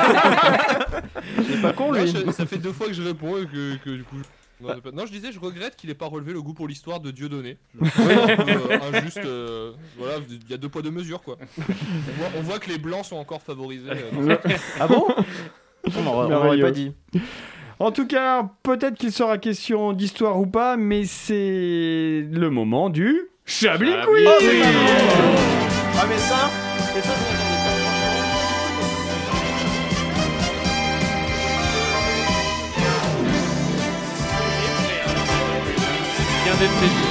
C'est pas con, lui. Ça fait 2 fois que je réponds et que du coup. Non, je disais, je regrette qu'il ait pas relevé le goût pour l'histoire de Dieudonné. Injuste. Voilà, il y a 2 poids 2 mesures, quoi. On voit que les blancs sont encore favorisés. Ah bon? On m'aurait pas dit. En tout cas, peut-être qu'il sera question d'histoire ou pas, mais c'est le moment du Chablis Quiz. Ah mais ça je m'y attendais pas. Bien d'être prévu.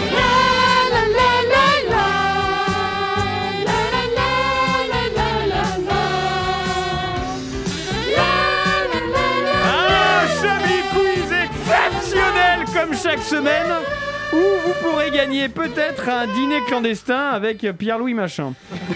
Comme chaque semaine, où vous pourrez gagner peut-être un dîner clandestin avec Pierre-Louis Machin.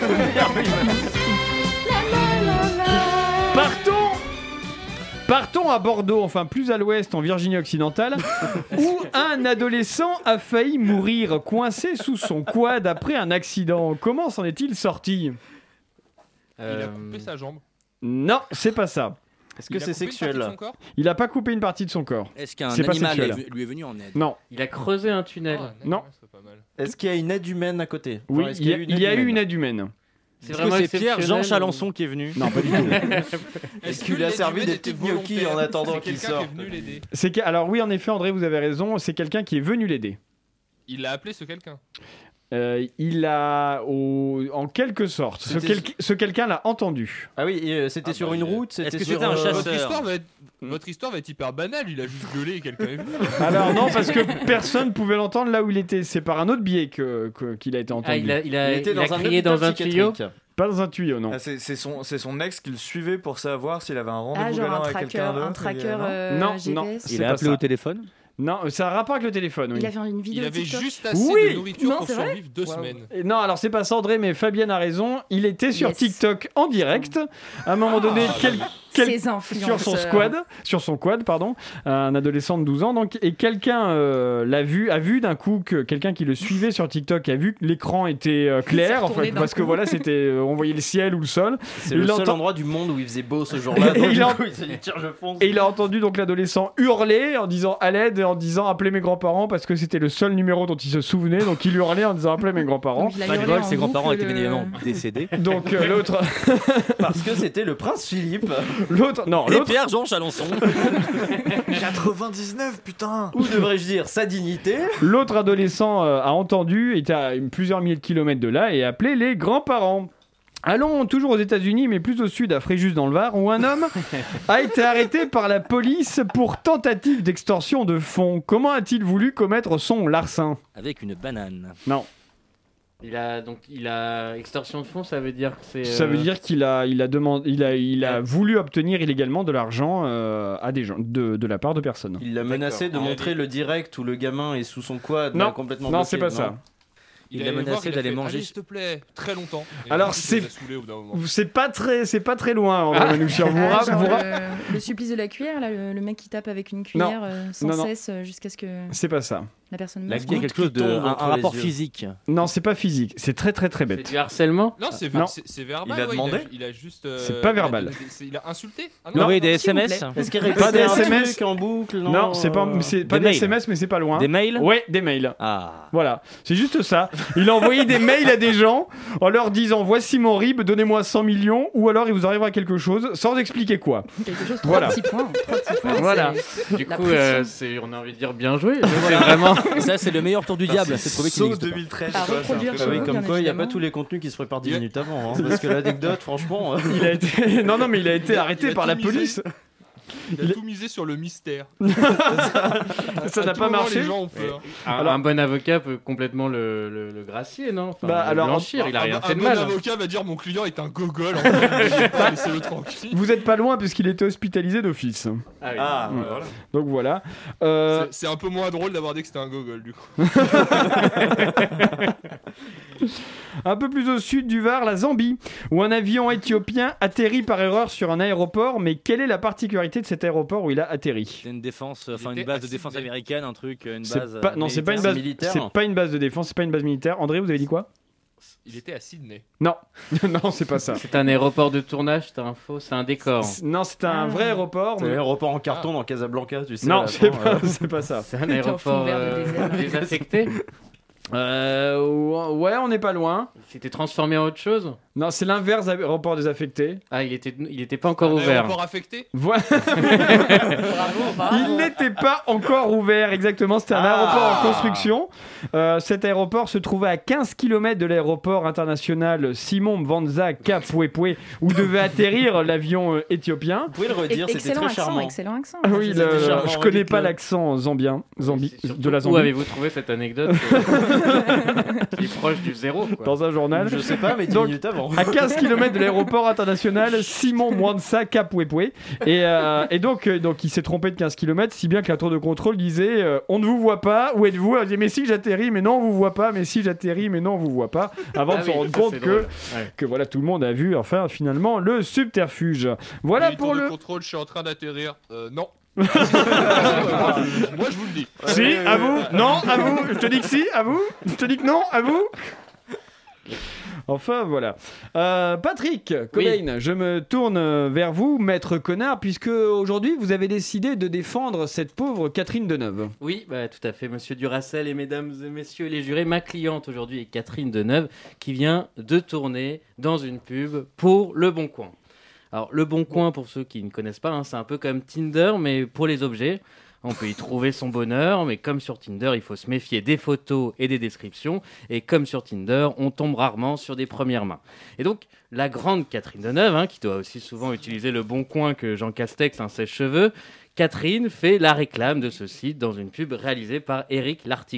Partons à Bordeaux, enfin plus à l'ouest, en Virginie occidentale, où un adolescent a failli mourir coincé sous son quad après un accident. Comment s'en est-il sorti? Il a coupé sa jambe. Non, c'est pas ça. Est-ce que c'est sexuel? Il a pas coupé une partie de son corps. Est-ce qu'un animal lui est venu en aide? Non. Il a creusé un tunnel. Non. Est-ce qu'il y a une aide humaine à côté? Oui, il y a eu une aide humaine. Est-ce que c'est Pierre-Jean Chalençon qui est venu? Non, pas du tout. Est-ce qu'il a servi des petits gnocchis en attendant qu'il sorte? Alors oui, en effet, André, vous avez raison, c'est quelqu'un qui est venu l'aider. Il l'a appelé ce quelqu'un? Il a, en quelque sorte, ce quelqu'un l'a entendu. Ah oui, c'était sur une route, c'était sur un chasseur. Votre histoire va être hyper banale, il a juste gueulé et quelqu'un est venu. Alors non, parce que personne pouvait l'entendre là où il était. C'est par un autre biais qu'il a été entendu. Il a crié dans un tuyau. Pas dans un tuyau, non. C'est son ex qui le suivait pour savoir s'il avait un rendez-vous galant avec quelqu'un d'autre. Un tracker GPS. Non. Il a appelé au téléphone? Non, c'est un rapport avec le téléphone. Oui. Il a fait une vidéo. Il avait TikTok. juste assez de nourriture pour survivre 2 semaines. Non, alors c'est pas ça, André, mais Fabienne a raison. Il était sur TikTok en direct. À un moment donné, Ces influenceurs. sur son quad, un adolescent de 12 ans, donc, et quelqu'un a vu d'un coup que quelqu'un qui le suivait sur TikTok a vu que l'écran était clair, en fait, parce que voilà, c'était, on voyait le ciel ou le sol. C'est le seul endroit du monde où il faisait beau ce jour-là. Donc, il s'est dit, tiens, je fonce. Et il a entendu donc l'adolescent hurler en disant à l'aide, en disant appelez mes grands-parents, parce que c'était le seul numéro dont il se souvenait, donc il hurlait en disant appelez mes grands-parents. Ses grands-parents étaient bien évidemment décédés. Donc l'autre. Parce que c'était le prince Philippe. L'autre. Et Pierre-Jean Chalençon. 99, putain. Ou devrais-je dire sa dignité. L'autre adolescent a entendu, était à plusieurs milliers de kilomètres de là, et a appelé les grands-parents. Allons toujours aux États-Unis, mais plus au sud, à Fréjus dans le Var, où un homme a été arrêté par la police pour tentative d'extorsion de fonds. Comment a-t-il voulu commettre son larcin ? Avec une banane. Non. Il a extorsion de fonds, ça veut dire que c'est. Ça veut dire qu'il a voulu obtenir illégalement de l'argent à des gens de la part de personnes. Il l'a menacé de montrer le direct où le gamin est sous son quad. Non, complètement non, bloqué, c'est pas ça. Il l'a menacé d'aller manger. S'il te plaît, très longtemps. Et alors c'est pas très loin. André Manouchian. Le supplice de la cuillère, là, le mec qui tape avec une cuillère sans cesse jusqu'à ce que. C'est pas ça. La personne. Là, il y a quelque chose un rapport physique. Non, c'est pas physique. C'est très bête. C'est du harcèlement. Non, c'est verbal. Il a demandé. Il a juste. C'est pas verbal. Il a insulté. Il a envoyé des SMS. Est-ce qu'il répète des SMS en boucle? Non, c'est pas des SMS, mais c'est pas loin. Des mails. Ouais, des mails. Ah. Voilà, c'est juste ça. Il a envoyé des mails à des gens en leur disant voici mon RIB, donnez-moi 100 millions, ou alors il vous arrivera quelque chose, sans expliquer quoi. Quelque chose. Voilà. 3 petits points. Voilà. Du coup, on a envie de dire bien joué. C'est vraiment. Ça, c'est le meilleur tour du diable. C'est trouvé qu'il Sauf n'existe 2013. Comme quoi, il n'y a pas tous les contenus qui se préparent 10 minutes avant. Parce que l'anecdote, franchement. Il a été. Non, mais il a été arrêté par la police. Il a tout misé sur le mystère. Ça n'a pas marché. Les gens ont peur. Un bon avocat peut complètement le gracier, non? Blanchir, il a rien fait de mal. Un bon avocat va dire mon client est un gogol. En fait. Laissez-le tranquille. Vous êtes pas loin puisqu'il était hospitalisé d'office. Ah oui. Voilà. Donc voilà. C'est un peu moins drôle d'avoir dit que c'était un gogol du coup. Un peu plus au sud du Var, la Zambie, où un avion éthiopien atterrit par erreur sur un aéroport. Mais quelle est la particularité de cet aéroport où il a atterri? C'est une défense, une base de défense américaine, un truc, une base. Non, c'est pas une base militaire. C'est pas une base de défense, c'est pas une base militaire. André, vous avez dit quoi? Il était à Sydney. Non, non, c'est pas ça. C'est un aéroport de tournage, c'est un faux, c'est un décor. Non, c'est un vrai aéroport. C'est l'aéroport en carton dans Casablanca, tu sais. Non, c'est pas ça. C'est un aéroport désaffecté. Ouais, on n'est pas loin. C'était transformé en autre chose? Non, c'est l'inverse aéroport désaffecté. Ah, il était pas encore ouvert. Aéroport affecté. Voilà. Il n'était pas encore ouvert, exactement. C'était un aéroport en construction. Cet aéroport se trouvait à 15 km de l'aéroport international Simon Mbanza Kapwepwe, où devait atterrir l'avion éthiopien. Vous pouvez le redire, c'était très charmant. Excellent accent. Ah oui, je connais pas l'accent zambien, de la Zambie. Où avez-vous trouvé cette anecdote qui est proche du zéro, quoi. Dans un journal. Je sais pas, mais 10 minutes avant. À 15 km de l'aéroport international Simon Mwanza Kapwepwe. Et donc il s'est trompé de 15 km, si bien que la tour de contrôle disait on ne vous voit pas, où êtes-vous? Elle dit mais si j'atterris, mais non on vous voit pas, mais si j'atterris, mais non on vous voit pas. Avant de se rendre compte que voilà, tout le monde a vu enfin finalement le subterfuge. Voilà oui, pour tour le de contrôle, je suis en train d'atterrir. Non. Moi je vous le dis. Si, à vous. Non, à vous. Je te dis que si, à vous. Je te dis que non, à vous. Enfin, voilà. Patrick Cobain, je me tourne vers vous, maître connard, puisque aujourd'hui, vous avez décidé de défendre cette pauvre Catherine Deneuve. Oui, tout à fait, monsieur Duracell et mesdames et messieurs les jurés. Ma cliente aujourd'hui est Catherine Deneuve, qui vient de tourner dans une pub pour Le Bon Coin. Alors, Le Bon Coin, pour ceux qui ne connaissent pas, c'est un peu comme Tinder, mais pour les objets. On peut y trouver son bonheur, mais comme sur Tinder, il faut se méfier des photos et des descriptions. Et comme sur Tinder, on tombe rarement sur des premières mains. Et donc, la grande Catherine Deneuve, qui doit aussi souvent utiliser Le Bon Coin que Jean Castex, un sèche-cheveux, Catherine fait la réclame de ce site dans une pub réalisée par Éric Lartigot.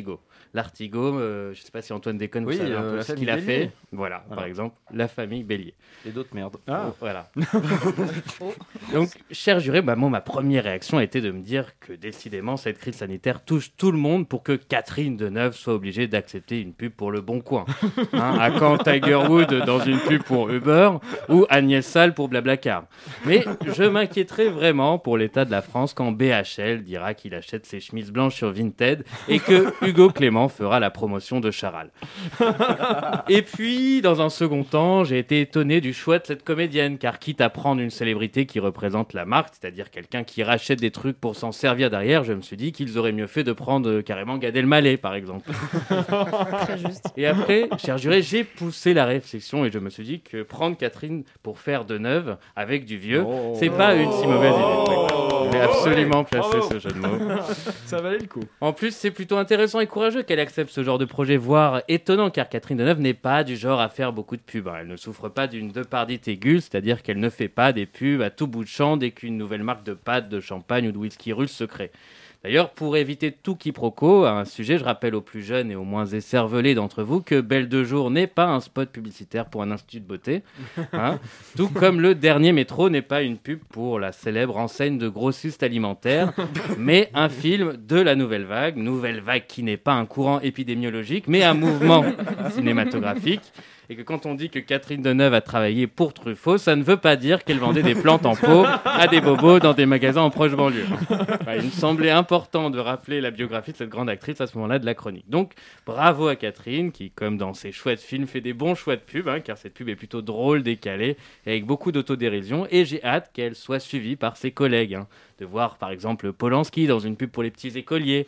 L'Artigaut, je sais pas si Antoine déconne, vous savez un peu ce qu'il a fait. Voilà, par exemple, la famille Bélier. Et d'autres merdes. Voilà. Donc, cher juré, ma première réaction a été de me dire que décidément, cette crise sanitaire touche tout le monde pour que Catherine Deneuve soit obligée d'accepter une pub pour Le Bon Coin. À quand Tiger Woods dans une pub pour Uber ou Agnès Salle pour Blablacar. Mais je m'inquiéterais vraiment pour l'état de la France quand BHL dira qu'il achète ses chemises blanches sur Vinted et que Hugo Clément fera la promotion de Charal. Et puis, dans un second temps, j'ai été étonné du choix de cette comédienne, car quitte à prendre une célébrité qui représente la marque, c'est-à-dire quelqu'un qui rachète des trucs pour s'en servir derrière, je me suis dit qu'ils auraient mieux fait de prendre carrément Gad Elmaleh, par exemple. Très juste. Et après, cher juré, j'ai poussé la réflexion et je me suis dit que prendre Catherine pour faire Deneuve avec du vieux, c'est pas une si mauvaise idée. J'ai absolument placé ce jeu de mots. Ça valait le coup. En plus, c'est plutôt intéressant et courageux qu'elle accepte ce genre de projet, voire étonnant, car Catherine Deneuve n'est pas du genre à faire beaucoup de pubs. Elle ne souffre pas d'une depardite aiguë, c'est-à-dire qu'elle ne fait pas des pubs à tout bout de champ dès qu'une nouvelle marque de pâtes, de champagne ou de whisky russe se crée. D'ailleurs, pour éviter tout quiproquo, à un sujet, je rappelle aux plus jeunes et aux moins écervelés d'entre vous que Belle de Jour n'est pas un spot publicitaire pour un institut de beauté. Tout comme le dernier métro n'est pas une pub pour la célèbre enseigne de grossistes alimentaires, mais un film de la Nouvelle Vague qui n'est pas un courant épidémiologique, mais un mouvement cinématographique. Et que quand on dit que Catherine Deneuve a travaillé pour Truffaut, ça ne veut pas dire qu'elle vendait des plantes en pot à des bobos dans des magasins en proche banlieue. Il me semblait important de rappeler la biographie de cette grande actrice à ce moment-là de la chronique. Donc, bravo à Catherine, qui, comme dans ses chouettes films, fait des bons choix de pub, car cette pub est plutôt drôle, décalée, et avec beaucoup d'autodérision, et j'ai hâte qu'elle soit suivie par ses collègues. De voir, par exemple, Polanski dans une pub pour les petits écoliers.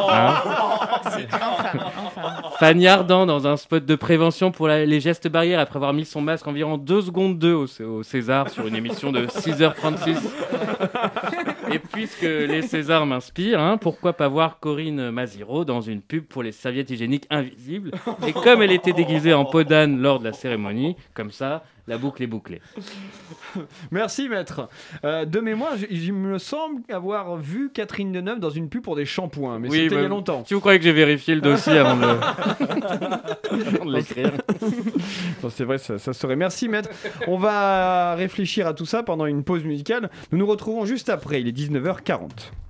Fanny Ardant dans un spot de prévention pour les gestes barrières après avoir mis son masque environ 2 secondes 2 au César sur une émission de 6h36. Et puisque les Césars m'inspirent, pourquoi pas voir Corinne Maziero dans une pub pour les serviettes hygiéniques invisibles. Et comme elle était déguisée en peau d'âne lors de la cérémonie, comme ça, la boucle est bouclée. Merci maître. De mémoire, il me semble avoir vu Catherine Deneuve dans une pub pour des shampoings, mais c'était il y a longtemps. Si vous croyez que j'ai vérifié le dossier avant de l'écrire. Non, c'est vrai, ça serait. Merci maître. On va réfléchir à tout ça pendant une pause musicale. Nous nous retrouvons juste après, il est 19h40.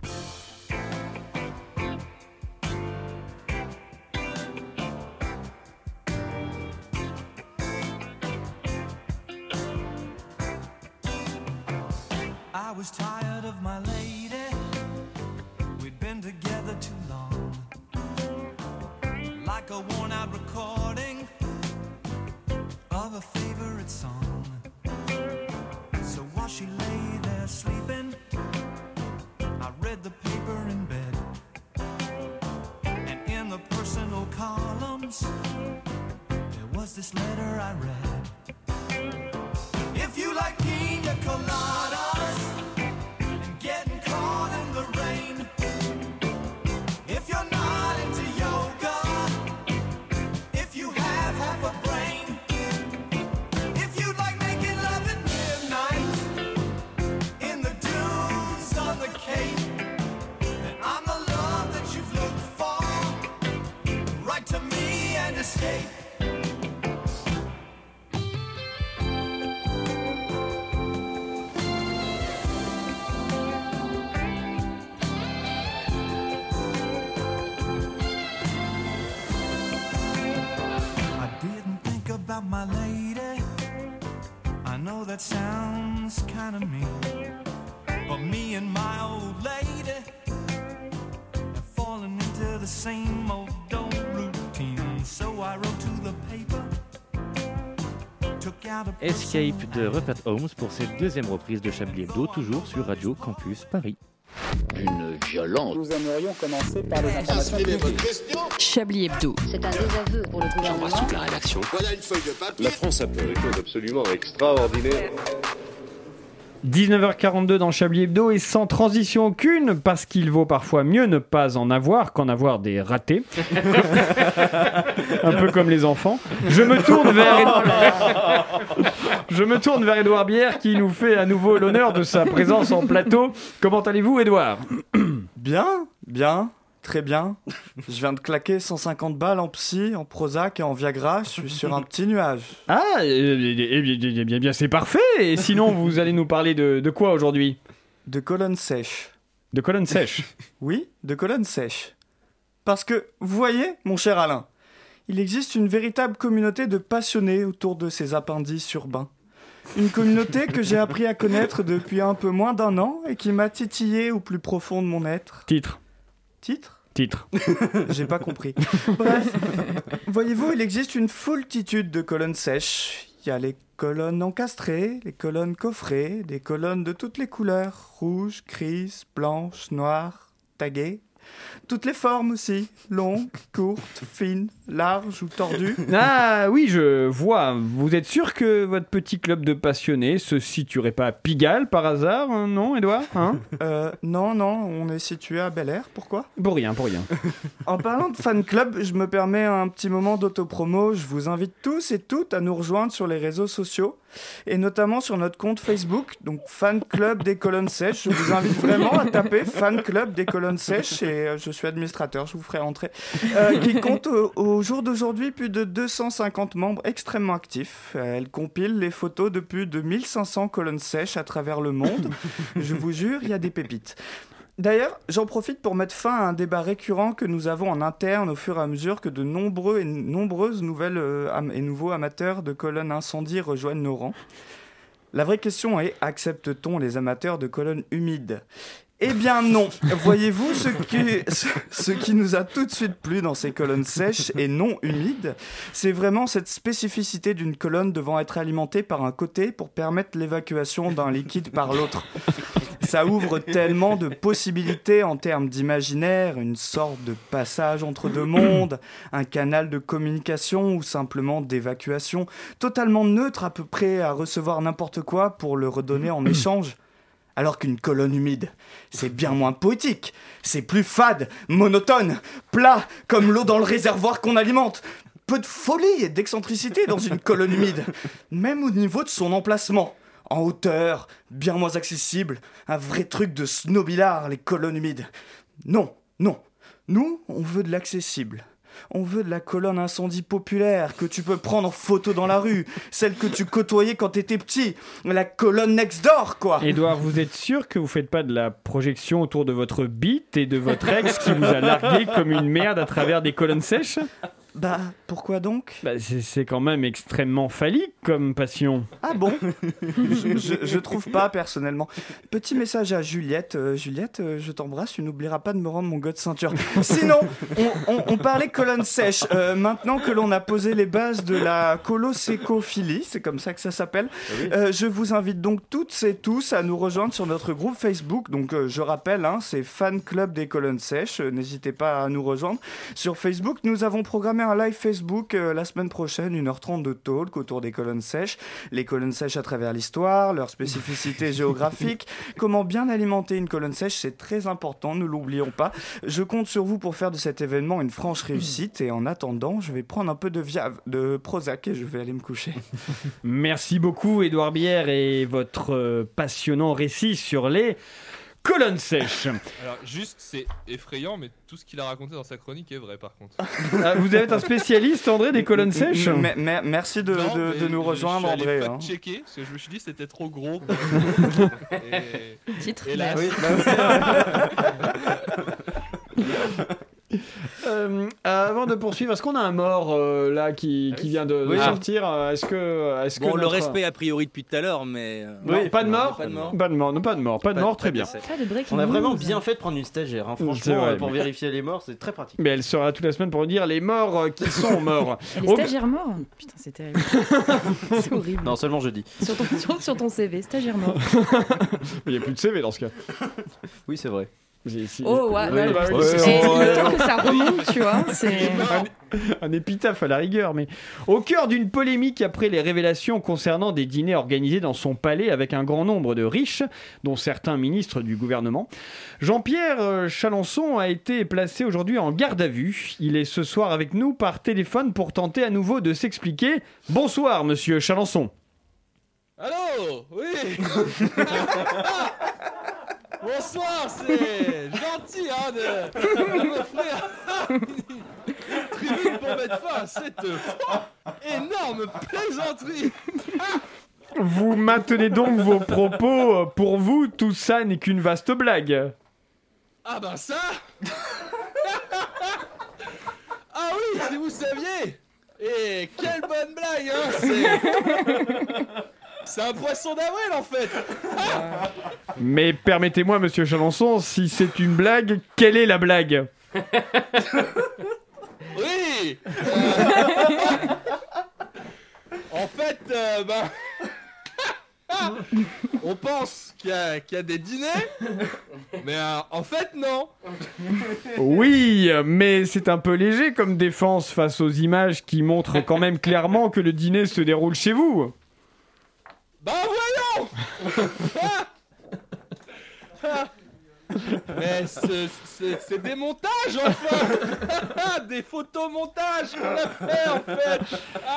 I was tired of my lady. We'd been together too long. Like a worn out recording of a favorite song. So while she lay there sleeping, I read the paper in bed. And in the personal columns, there was this letter I read. If you like pina coladas and getting caught in the rain, if you're not into yoga, if you have half a brain, if you like making love at midnight in the dunes on the Cape, then I'm the love that you've looked for. Write to me and escape. About my lady, I know that sounds kind of mean, but me and my old lady have fallen into the same old routine. So I wrote to the paper. Escape de Rupert Holmes pour cette deuxième reprise de Chablis Hebdo, toujours sur Radio Campus Paris. Une violence. Nous aimerions commencer par les informations publiques. Chablis Hebdo. C'est un désaveu pour le gouvernement. J'embrasse toute la rédaction. Voilà une feuille de papier. La France a fait des choses absolument extraordinaires. 19h42 dans Chablis Hebdo et sans transition aucune, parce qu'il vaut parfois mieux ne pas en avoir qu'en avoir des ratés. Un peu comme les enfants. Je me tourne vers Édouard Bière qui nous fait à nouveau l'honneur de sa présence en plateau. Comment allez-vous, Édouard ? Bien. Très bien. Je viens de claquer 150 balles en psy, en Prozac et en Viagra. Je suis sur un petit nuage. Ah, bien, c'est parfait. Et sinon, vous allez nous parler de quoi aujourd'hui ? De colonne sèche. De colonne sèche ? Oui, de colonne sèche. Parce que, vous voyez, mon cher Alain, il existe une véritable communauté de passionnés autour de ces appendices urbains. Une communauté que j'ai appris à connaître depuis un peu moins d'un an et qui m'a titillé au plus profond de mon être. Titre. J'ai pas compris. Bref, voyez-vous, il existe une foultitude de colonnes sèches. Il y a les colonnes encastrées, les colonnes coffrées, des colonnes de toutes les couleurs, rouges, grises, blanches, noires, taguées. Toutes les formes aussi, longues, courtes, fines, larges ou tordues. Ah oui, je vois. Vous êtes sûr que votre petit club de passionnés se situerait pas à Pigalle par hasard, non, Edouard, Non, on est situé à Bel Air, pourquoi ? Pour rien. En parlant de fan club, je me permets un petit moment d'autopromo. Je vous invite tous et toutes à nous rejoindre sur les réseaux sociaux, et notamment sur notre compte Facebook, donc Fan Club des Colonnes Sèches. Je vous invite vraiment à taper Fan Club des Colonnes Sèches, et je suis administrateur, je vous ferai entrer, qui compte au jour d'aujourd'hui plus de 250 membres extrêmement actifs. Elle compile les photos de plus de 1500 colonnes sèches à travers le monde. Je vous jure, il y a des pépites. D'ailleurs, j'en profite pour mettre fin à un débat récurrent que nous avons en interne au fur et à mesure que de nombreuses nouvelles et nouveaux amateurs de colonnes incendie rejoignent nos rangs. La vraie question est, accepte-t-on les amateurs de colonnes humides ? Eh bien non. Voyez-vous, ce qui nous a tout de suite plu dans ces colonnes sèches et non humides, c'est vraiment cette spécificité d'une colonne devant être alimentée par un côté pour permettre l'évacuation d'un liquide par l'autre. Ça ouvre tellement de possibilités en termes d'imaginaire, une sorte de passage entre deux mondes, un canal de communication ou simplement d'évacuation, totalement neutre à peu près à recevoir n'importe quoi pour le redonner en échange. Alors qu'une colonne humide, c'est bien moins poétique, c'est plus fade, monotone, plat, comme l'eau dans le réservoir qu'on alimente. Peu de folie et d'excentricité dans une colonne humide, même au niveau de son emplacement. En hauteur, bien moins accessible, un vrai truc de snobillard, les colonnes humides. Non, nous, on veut de l'accessible. On veut de la colonne incendie populaire que tu peux prendre en photo dans la rue, celle que tu côtoyais quand t'étais petit, la colonne next door, quoi. Édouard, vous êtes sûr que vous faites pas de la projection autour de votre bite et de votre ex qui vous a largué comme une merde à travers des colonnes sèches ? Bah, pourquoi donc ? C'est quand même extrêmement phallique comme passion. Ah bon ? Je trouve pas, personnellement. Petit message à Juliette. Juliette, je t'embrasse, tu n'oublieras pas de me rendre mon gars de ceinture. Sinon, on parlait colonne sèche. Maintenant que l'on a posé les bases de la colossécophilie, c'est comme ça que ça s'appelle, je vous invite donc toutes et tous à nous rejoindre sur notre groupe Facebook. Donc, je rappelle, c'est Fan Club des colonnes sèches. N'hésitez pas à nous rejoindre. Sur Facebook, nous avons programmé un live Facebook la semaine prochaine, 1h30 de talk autour des colonnes sèches, les colonnes sèches à travers l'histoire, leurs spécificités géographiques, comment bien alimenter une colonne sèche, c'est très important, ne l'oublions pas. Je compte sur vous pour faire de cet événement une franche réussite, et en attendant, je vais prendre un peu de Prozac et je vais aller me coucher. Merci beaucoup Édouard Bière et votre passionnant récit sur les colonne sèche. Alors juste, c'est effrayant, mais tout ce qu'il a raconté dans sa chronique est vrai par contre. Vous êtes un spécialiste, André, des colonnes sèches ? Merci de nous rejoindre, André. Je suis allé fact-checker, parce que je me suis dit que c'était trop gros. Titre. Hélas. Avant de poursuivre, est-ce qu'on a un mort là qui vient de sortir ? Est-ce que bon, le respect a priori depuis tout à l'heure, mais pas de mort. Pas de mort, très bien. On a vraiment bien fait de prendre une stagiaire, franchement, pour vérifier les morts, c'est très pratique. Mais elle sera toute la semaine pour nous dire les morts qui sont morts. Les stagiaires morts ? Putain, c'est terrible. C'est horrible. Non, seulement jeudi. Sur ton CV, stagiaire mort. Il n'y a plus de CV dans ce cas. Oui, c'est vrai. Oh ouais, le temps que ça remonte, tu vois, c'est un épitaphe à la rigueur. Mais au cœur d'une polémique après les révélations concernant des dîners organisés dans son palais avec un grand nombre de riches, dont certains ministres du gouvernement, Jean-Pierre Chalençon a été placé aujourd'hui en garde à vue. Il est ce soir avec nous par téléphone pour tenter à nouveau de s'expliquer. Bonsoir, monsieur Chalençon. Allô ? Oui. Bonsoir, c'est gentil de m'offrir une tribune pour mettre fin à cette énorme plaisanterie. Vous maintenez donc vos propos. Pour vous, tout ça n'est qu'une vaste blague. Ah ben ça. Ah oui, si vous saviez. Et quelle bonne blague, hein. C'est un poisson d'avril en fait. Mais permettez-moi, monsieur Chalençon, si c'est une blague, quelle est la blague? Oui. En fait, on pense qu'il y a des dîners, mais en fait non. Oui, mais c'est un peu léger comme défense face aux images qui montrent quand même clairement que le dîner se déroule chez vous. Bah voyons. Mais c'est des montages enfin. Des photomontages qu'on a fait en fait.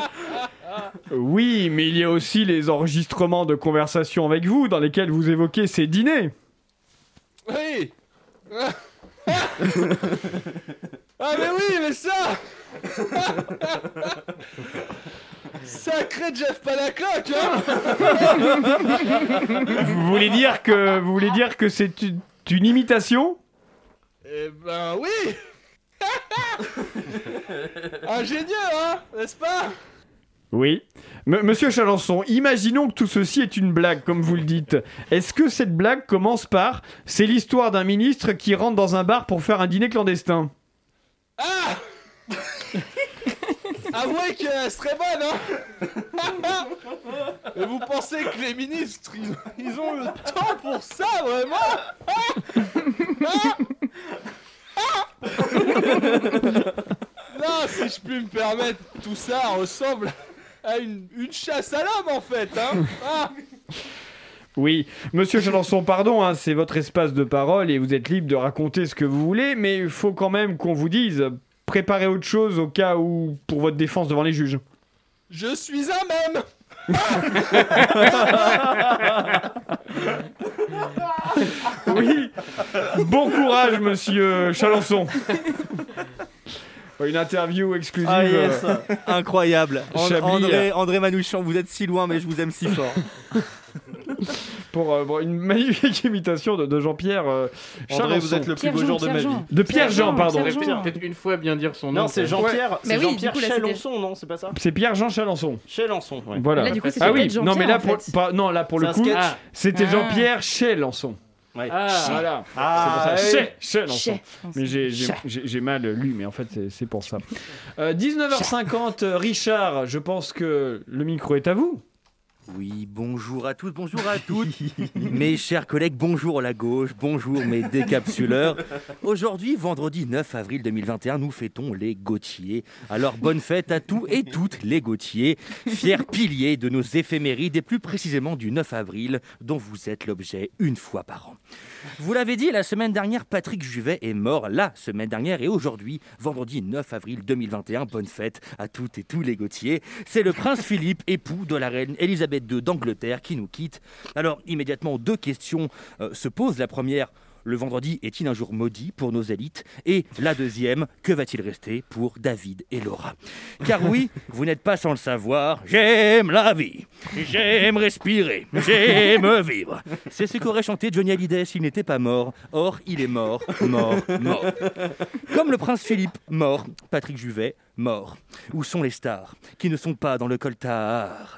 Oui, mais il y a aussi les enregistrements de conversations avec vous dans lesquels vous évoquez ces dîners. Oui. Ah mais oui, mais ça. Sacré Jeff Palacoque, hein. Vous voulez dire que c'est une imitation? Eh ben oui. Ingénieux, hein, n'est-ce pas? Oui. Monsieur Chalençon, imaginons que tout ceci est une blague, comme vous le dites. Est-ce que cette blague commence par « C'est l'histoire d'un ministre qui rentre dans un bar pour faire un dîner clandestin ». Ah. Avouez qu'elle serait bonne, hein. Mais vous pensez que les ministres, ils ont le temps pour ça, vraiment? Non, si je puis me permettre, tout ça ressemble à une chasse à l'homme, en fait, hein. Oui, monsieur Chalençon, pardon, hein, c'est votre espace de parole et vous êtes libre de raconter ce que vous voulez, mais il faut quand même qu'on vous dise... Préparez autre chose au cas où, pour votre défense devant les juges. Je suis un même. Oui. Bon courage, monsieur Chalençon. Une interview exclusive. Ah yes. Incroyable. André Manouchian, vous êtes si loin, mais je vous aime si fort. Pour une magnifique imitation de Jean-Pierre André, vous êtes le plus beau jour de ma vie. De Pierre-Jean, pardon. Peut-être une fois bien dire son nom. Non, c'est Jean-Pierre, ouais. c'est Jean-Pierre Chalençon, non, c'est pas ça? C'est Pierre-Jean Chalençon. Chalençon, ouais. Voilà. Là, du coup, ah oui, non, mais là, pour le coup, sketch. c'était Jean-Pierre Chalençon. Ouais. Voilà. Ah, c'est pour ça. Chalençon. Mais j'ai mal lu, mais en fait, c'est pour ça. 19h50, Richard, je pense que le micro est à vous. Oui, bonjour à tous, bonjour à toutes. Mes chers collègues, bonjour la gauche, bonjour mes décapsuleurs. Aujourd'hui, vendredi 9 avril 2021, nous fêtons les Gautier. Alors bonne fête à tous et toutes les Gautier, fiers piliers de nos éphémérides et plus précisément du 9 avril, dont vous êtes l'objet une fois par an. Vous l'avez dit, la semaine dernière, Patrick Juvet est mort la semaine dernière et aujourd'hui, vendredi 9 avril 2021, bonne fête à toutes et tous les Gautier. C'est le prince Philippe, époux de la reine Elisabeth II d'Angleterre qui nous quitte. Alors immédiatement, deux questions se posent. La première, le vendredi est-il un jour maudit pour nos élites? Et la deuxième, que va-t-il rester pour David et Laura? Car oui, vous n'êtes pas sans le savoir, j'aime la vie, j'aime respirer, j'aime vivre. C'est ce qu'aurait chanté Johnny Hallyday s'il n'était pas mort. Or, il est mort, mort, mort. Comme le prince Philippe, mort. Patrick Juvet, mort. Où sont les stars qui ne sont pas dans le coltard?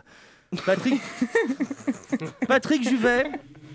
Patrick Juvet.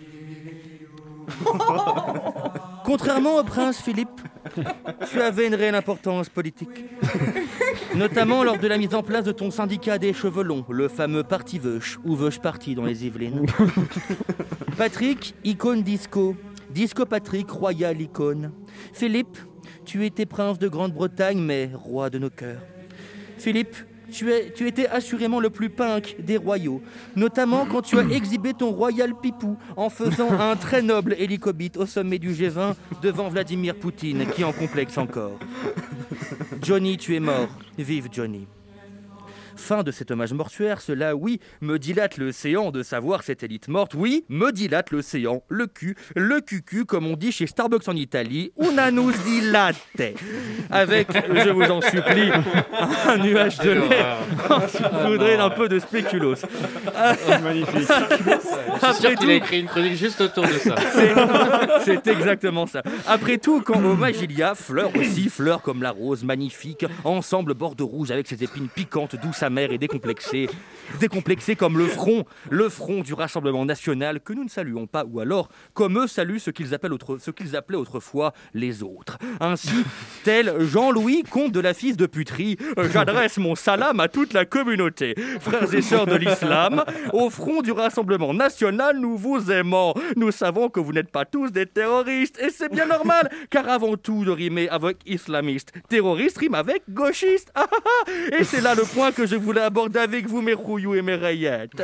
Contrairement au prince Philippe, tu avais une réelle importance politique. Notamment lors de la mise en place de ton syndicat des cheveux longs, le fameux Parti Veuche, ou Veuche Parti dans les Yvelines. Patrick, icône disco. Disco Patrick, royal icône. Philippe, tu étais prince de Grande-Bretagne, mais roi de nos cœurs. Philippe, tu étais assurément le plus punk des royaux, notamment quand tu as exhibé ton royal pipou en faisant un très noble hélicobite au sommet du G20 devant Vladimir Poutine, qui en complexe encore. Johnny, tu es mort. Vive Johnny. Fin de cet hommage mortuaire, cela, oui, me dilate l'océan de savoir cette élite morte. Oui, me dilate l'océan, le cucu, comme on dit chez Starbucks en Italie, una nous dilate. Avec, je vous en supplie, un nuage de lait saupoudré d'un peu de spéculoos. Magnifique. Je suis sûr qu'il a écrit une chronique juste autour de ça. C'est exactement ça. Après tout, quand hommage il y a, fleurs aussi, fleurs comme la rose, magnifique, ensemble bordeaux rouge avec ses épines piquantes, douce amère et décomplexée comme le front du Rassemblement National que nous ne saluons pas, ou alors comme eux saluent ce qu'ils appelaient autrefois les autres. Ainsi, tel Jean-Louis, comte de la fils de puterie, j'adresse mon salam à toute la communauté. Frères et sœurs de l'islam, au front du Rassemblement National, nous vous aimons. Nous savons que vous n'êtes pas tous des terroristes, et c'est bien normal, car avant tout de rimer avec islamiste, terroriste rime avec gauchiste. Et c'est là le point que je voulais aborder avec vous, mes rouillous et mes rayettes.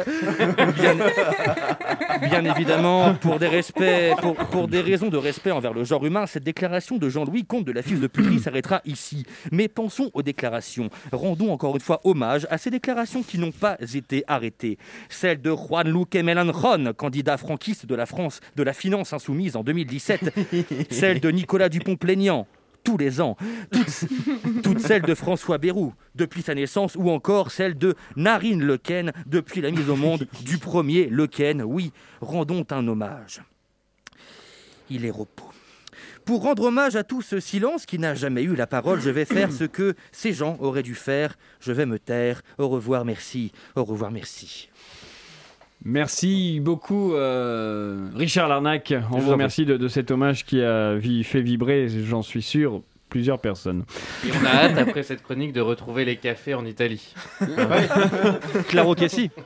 Bien évidemment, pour des raisons de respect envers le genre humain, cette déclaration de Jean-Louis, comte de la fils de puterie, s'arrêtera ici. Mais pensons aux déclarations. Rendons encore une fois hommage à ces déclarations qui n'ont pas été arrêtées. Celle de Juan Luque Mélenchon, candidat franquiste de la France de la finance insoumise en 2017. Celle de Nicolas Dupont-Aignan, tous les ans. Toutes celles de François Bayrou, depuis sa naissance, ou encore celle de Narine Lequen, depuis la mise au monde du premier Lequen. Oui, rendons un hommage. Il est repos. Pour rendre hommage à tout ce silence qui n'a jamais eu la parole, je vais faire ce que ces gens auraient dû faire. Je vais me taire. Au revoir, merci. Au revoir, merci. Merci beaucoup, Richard Larnac. On vous remercie de cet hommage qui a fait vibrer, j'en suis sûr, plusieurs personnes. Et on a hâte, après cette chronique, de retrouver les cafés en Italie. Claro que si.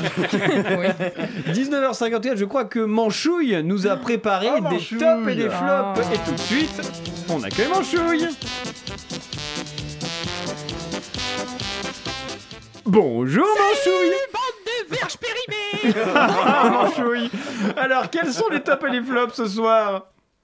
19h54, je crois que Manchouille nous a préparé des tops et des flops. Et tout de suite, on accueille Manchouille. Bonjour Manchouille. Verge périmée. Manchouille. Alors, quels sont les tops et les flops ce soir?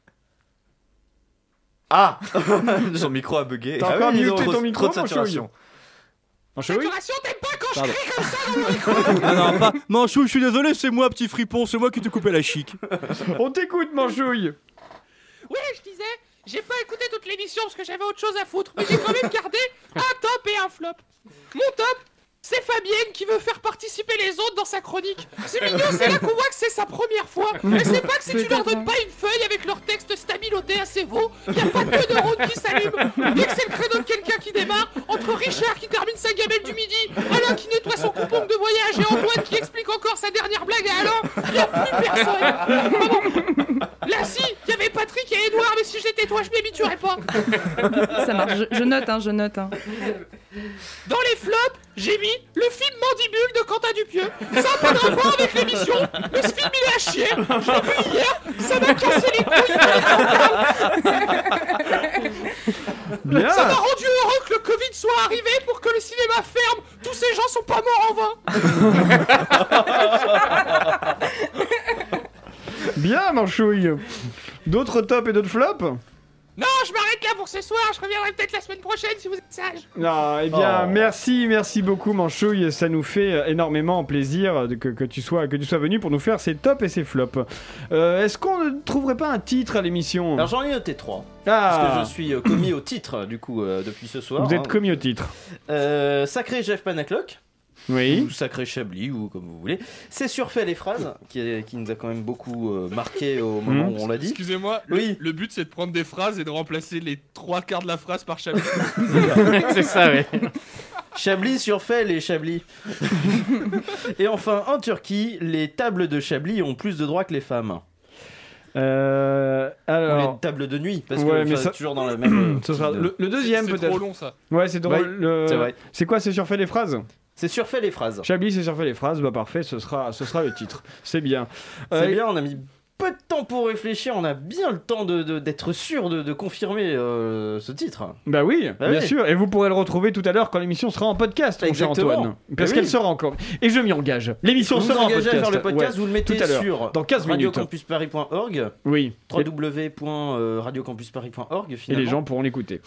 Ah. Son micro a bugué. T'as encore muté ton micro, trop de saturation. Saturation, t'aimes pas quand je crie comme ça dans le micro? Non, pas. Manchouille, je suis désolé, c'est moi, petit fripon, c'est moi qui t'ai coupé la chic. On t'écoute, Manchouille. Oui, je disais, j'ai pas écouté toute l'émission parce que j'avais autre chose à foutre, mais j'ai quand même gardé un top et un flop. Mon top, c'est Fabienne qui veut faire participer les autres dans sa chronique. C'est mignon, c'est là qu'on voit que c'est sa première fois. Mais c'est pas que si tu leur donnes pas une feuille avec leur texte stabiloté à ses veaux, y a pas que de neurones qui s'allument. Dès que c'est le créneau de quelqu'un qui démarre, entre Richard qui termine sa gamelle du midi, Alain qui nettoie son coupon de voyage et Antoine qui explique encore sa dernière blague à Alain, y a plus personne. Pardon. Là si, y avait Patrick et Edouard, mais si j'étais toi, je m'habituerais pas. Ça marche, je note. Dans les flops, j'ai mis le film Mandibule de Quentin Dupieux. Ça n'a pas de rapport avec l'émission, mais ce film il est à chier. Je l'ai vu hier, ça m'a cassé les couilles. Bien. Ça m'a rendu heureux que le Covid soit arrivé pour que le cinéma ferme. Tous ces gens sont pas morts en vain. Bien, Manchouille. D'autres tops et d'autres flops? Non, je m'arrête là pour ce soir. Je reviendrai peut-être la semaine prochaine si vous êtes sage. Ah, eh bien, merci beaucoup, Manchouille. Ça nous fait énormément plaisir que tu sois venu pour nous faire ces tops et ces flops. Est-ce qu'on ne trouverait pas un titre à l'émission? Alors j'en ai noté 3. Parce que je suis commis au titre, du coup, depuis ce soir. Vous êtes commis au titre. Sacré Jeff Panaclock. Oui. Ou Sacré Chablis, ou comme vous voulez. C'est Surfait les phrases, qui nous a quand même beaucoup marqué au moment où on l'a dit. Excusez-moi, oui. Le but c'est de prendre des phrases et de remplacer les 3/4 de la phrase par Chablis. C'est ça, oui. Chablis surfait les Chablis. Et enfin, en Turquie, les tables de Chablis ont plus de droits que les femmes. Alors... les tables de nuit, parce que ça... toujours dans la même... Ce sera le deuxième peut-être. C'est trop long ça. Ouais, c'est drôle. Oui, c'est vrai. C'est quoi, c'est Surfait les phrases? C'est Surfait les phrases. Chablis, c'est Surfait les phrases. Bah parfait, ce sera le titre. C'est bien. C'est bien, on a mis peu de temps pour réfléchir, on a bien le temps d'être sûr de confirmer ce titre. Bah oui, bien sûr. Et vous pourrez le retrouver tout à l'heure quand l'émission sera en podcast, mon cher Antoine. Parce qu'elle sera encore. Et je m'y engage. L'émission sera en podcast. Vous engagez à faire le podcast, vous le mettez sur dans 15 minutes. radiocampusparis.org. Oui. www.radiocampusparis.org et les gens pourront l'écouter.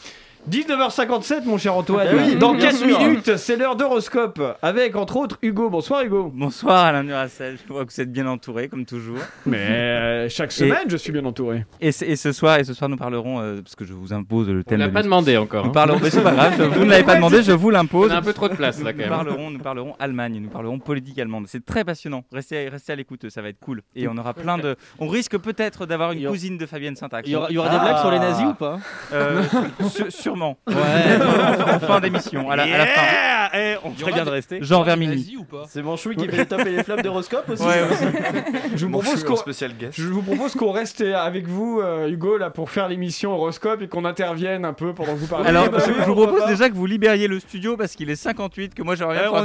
19h57, mon cher Antoine. Oui, dans bien 4 sûr. minutes, c'est l'heure d'horoscope. Avec, entre autres, Hugo. Bonsoir, Hugo. Bonsoir, Alain Duracell. Je vois que vous êtes bien entouré, comme toujours. Mais chaque semaine, je suis bien entouré. Et ce soir, nous parlerons, parce que je vous impose le thème. On l'a pas demandé encore. Nous parlerons, mais c'est pas grave, vous ne l'avez pas demandé, je vous l'impose. On a un peu trop de place là, quand même. Nous parlerons Allemagne, nous parlerons politique allemande. C'est très passionnant. Restez à l'écoute, ça va être cool. Et on aura plein de. On risque peut-être d'avoir une cousine de Fabienne Syntax. Il y aura des blagues sur les nazis ou pas Sûrement. Ouais. En fin d'émission, à la fin. On ferait bien de rester. Genre vers minuit. C'est Manchoui qui fait les tops et les flops d'horoscope aussi. Ouais, aussi. Je vous propose qu'on reste avec vous, Hugo, là, pour faire l'émission horoscope et qu'on intervienne un peu pendant que vous parlez. Alors, je vous propose déjà que vous libériez le studio parce qu'il est 58, que moi j'aurais bien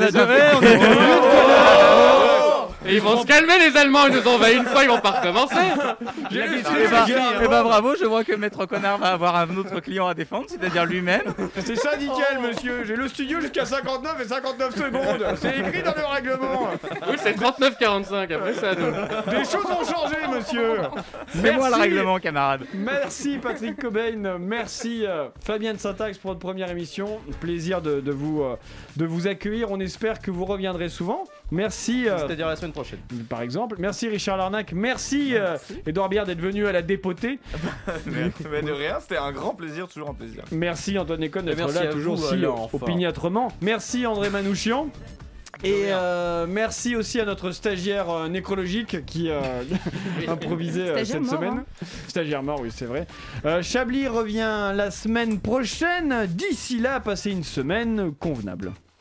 Et ils vont se calmer, les Allemands, ils nous ont envahi une fois, ils vont pas recommencer. Et bah bravo, je vois que Maître Connard va avoir un autre client à défendre, c'est-à-dire lui-même. C'est syndical, monsieur. J'ai le studio jusqu'à 59 et 59 secondes. C'est écrit dans le règlement. Oui, c'est 39-45, après ça. Des choses ont changé, monsieur. C'est moi le règlement, camarade. Merci Patrick Cobain, merci Fabienne Syntax pour votre première émission. Plaisir de vous accueillir. On espère que vous reviendrez souvent. Merci. C'est-à-dire la semaine prochaine. Par exemple. Merci Richard Larnac. Merci Edouard Biard d'être venu à la dépotée. Mais de rien, c'était un grand plaisir, toujours un plaisir. Merci Antoine Econ d'être merci là à toujours vous, si alors, enfin. opiniâtrement. Merci André Manouchian. Et merci aussi à notre stagiaire nécrologique qui a improvisé cette semaine. Hein. Stagiaire mort, oui, c'est vrai. Chablis revient la semaine prochaine. D'ici là, passez une semaine convenable.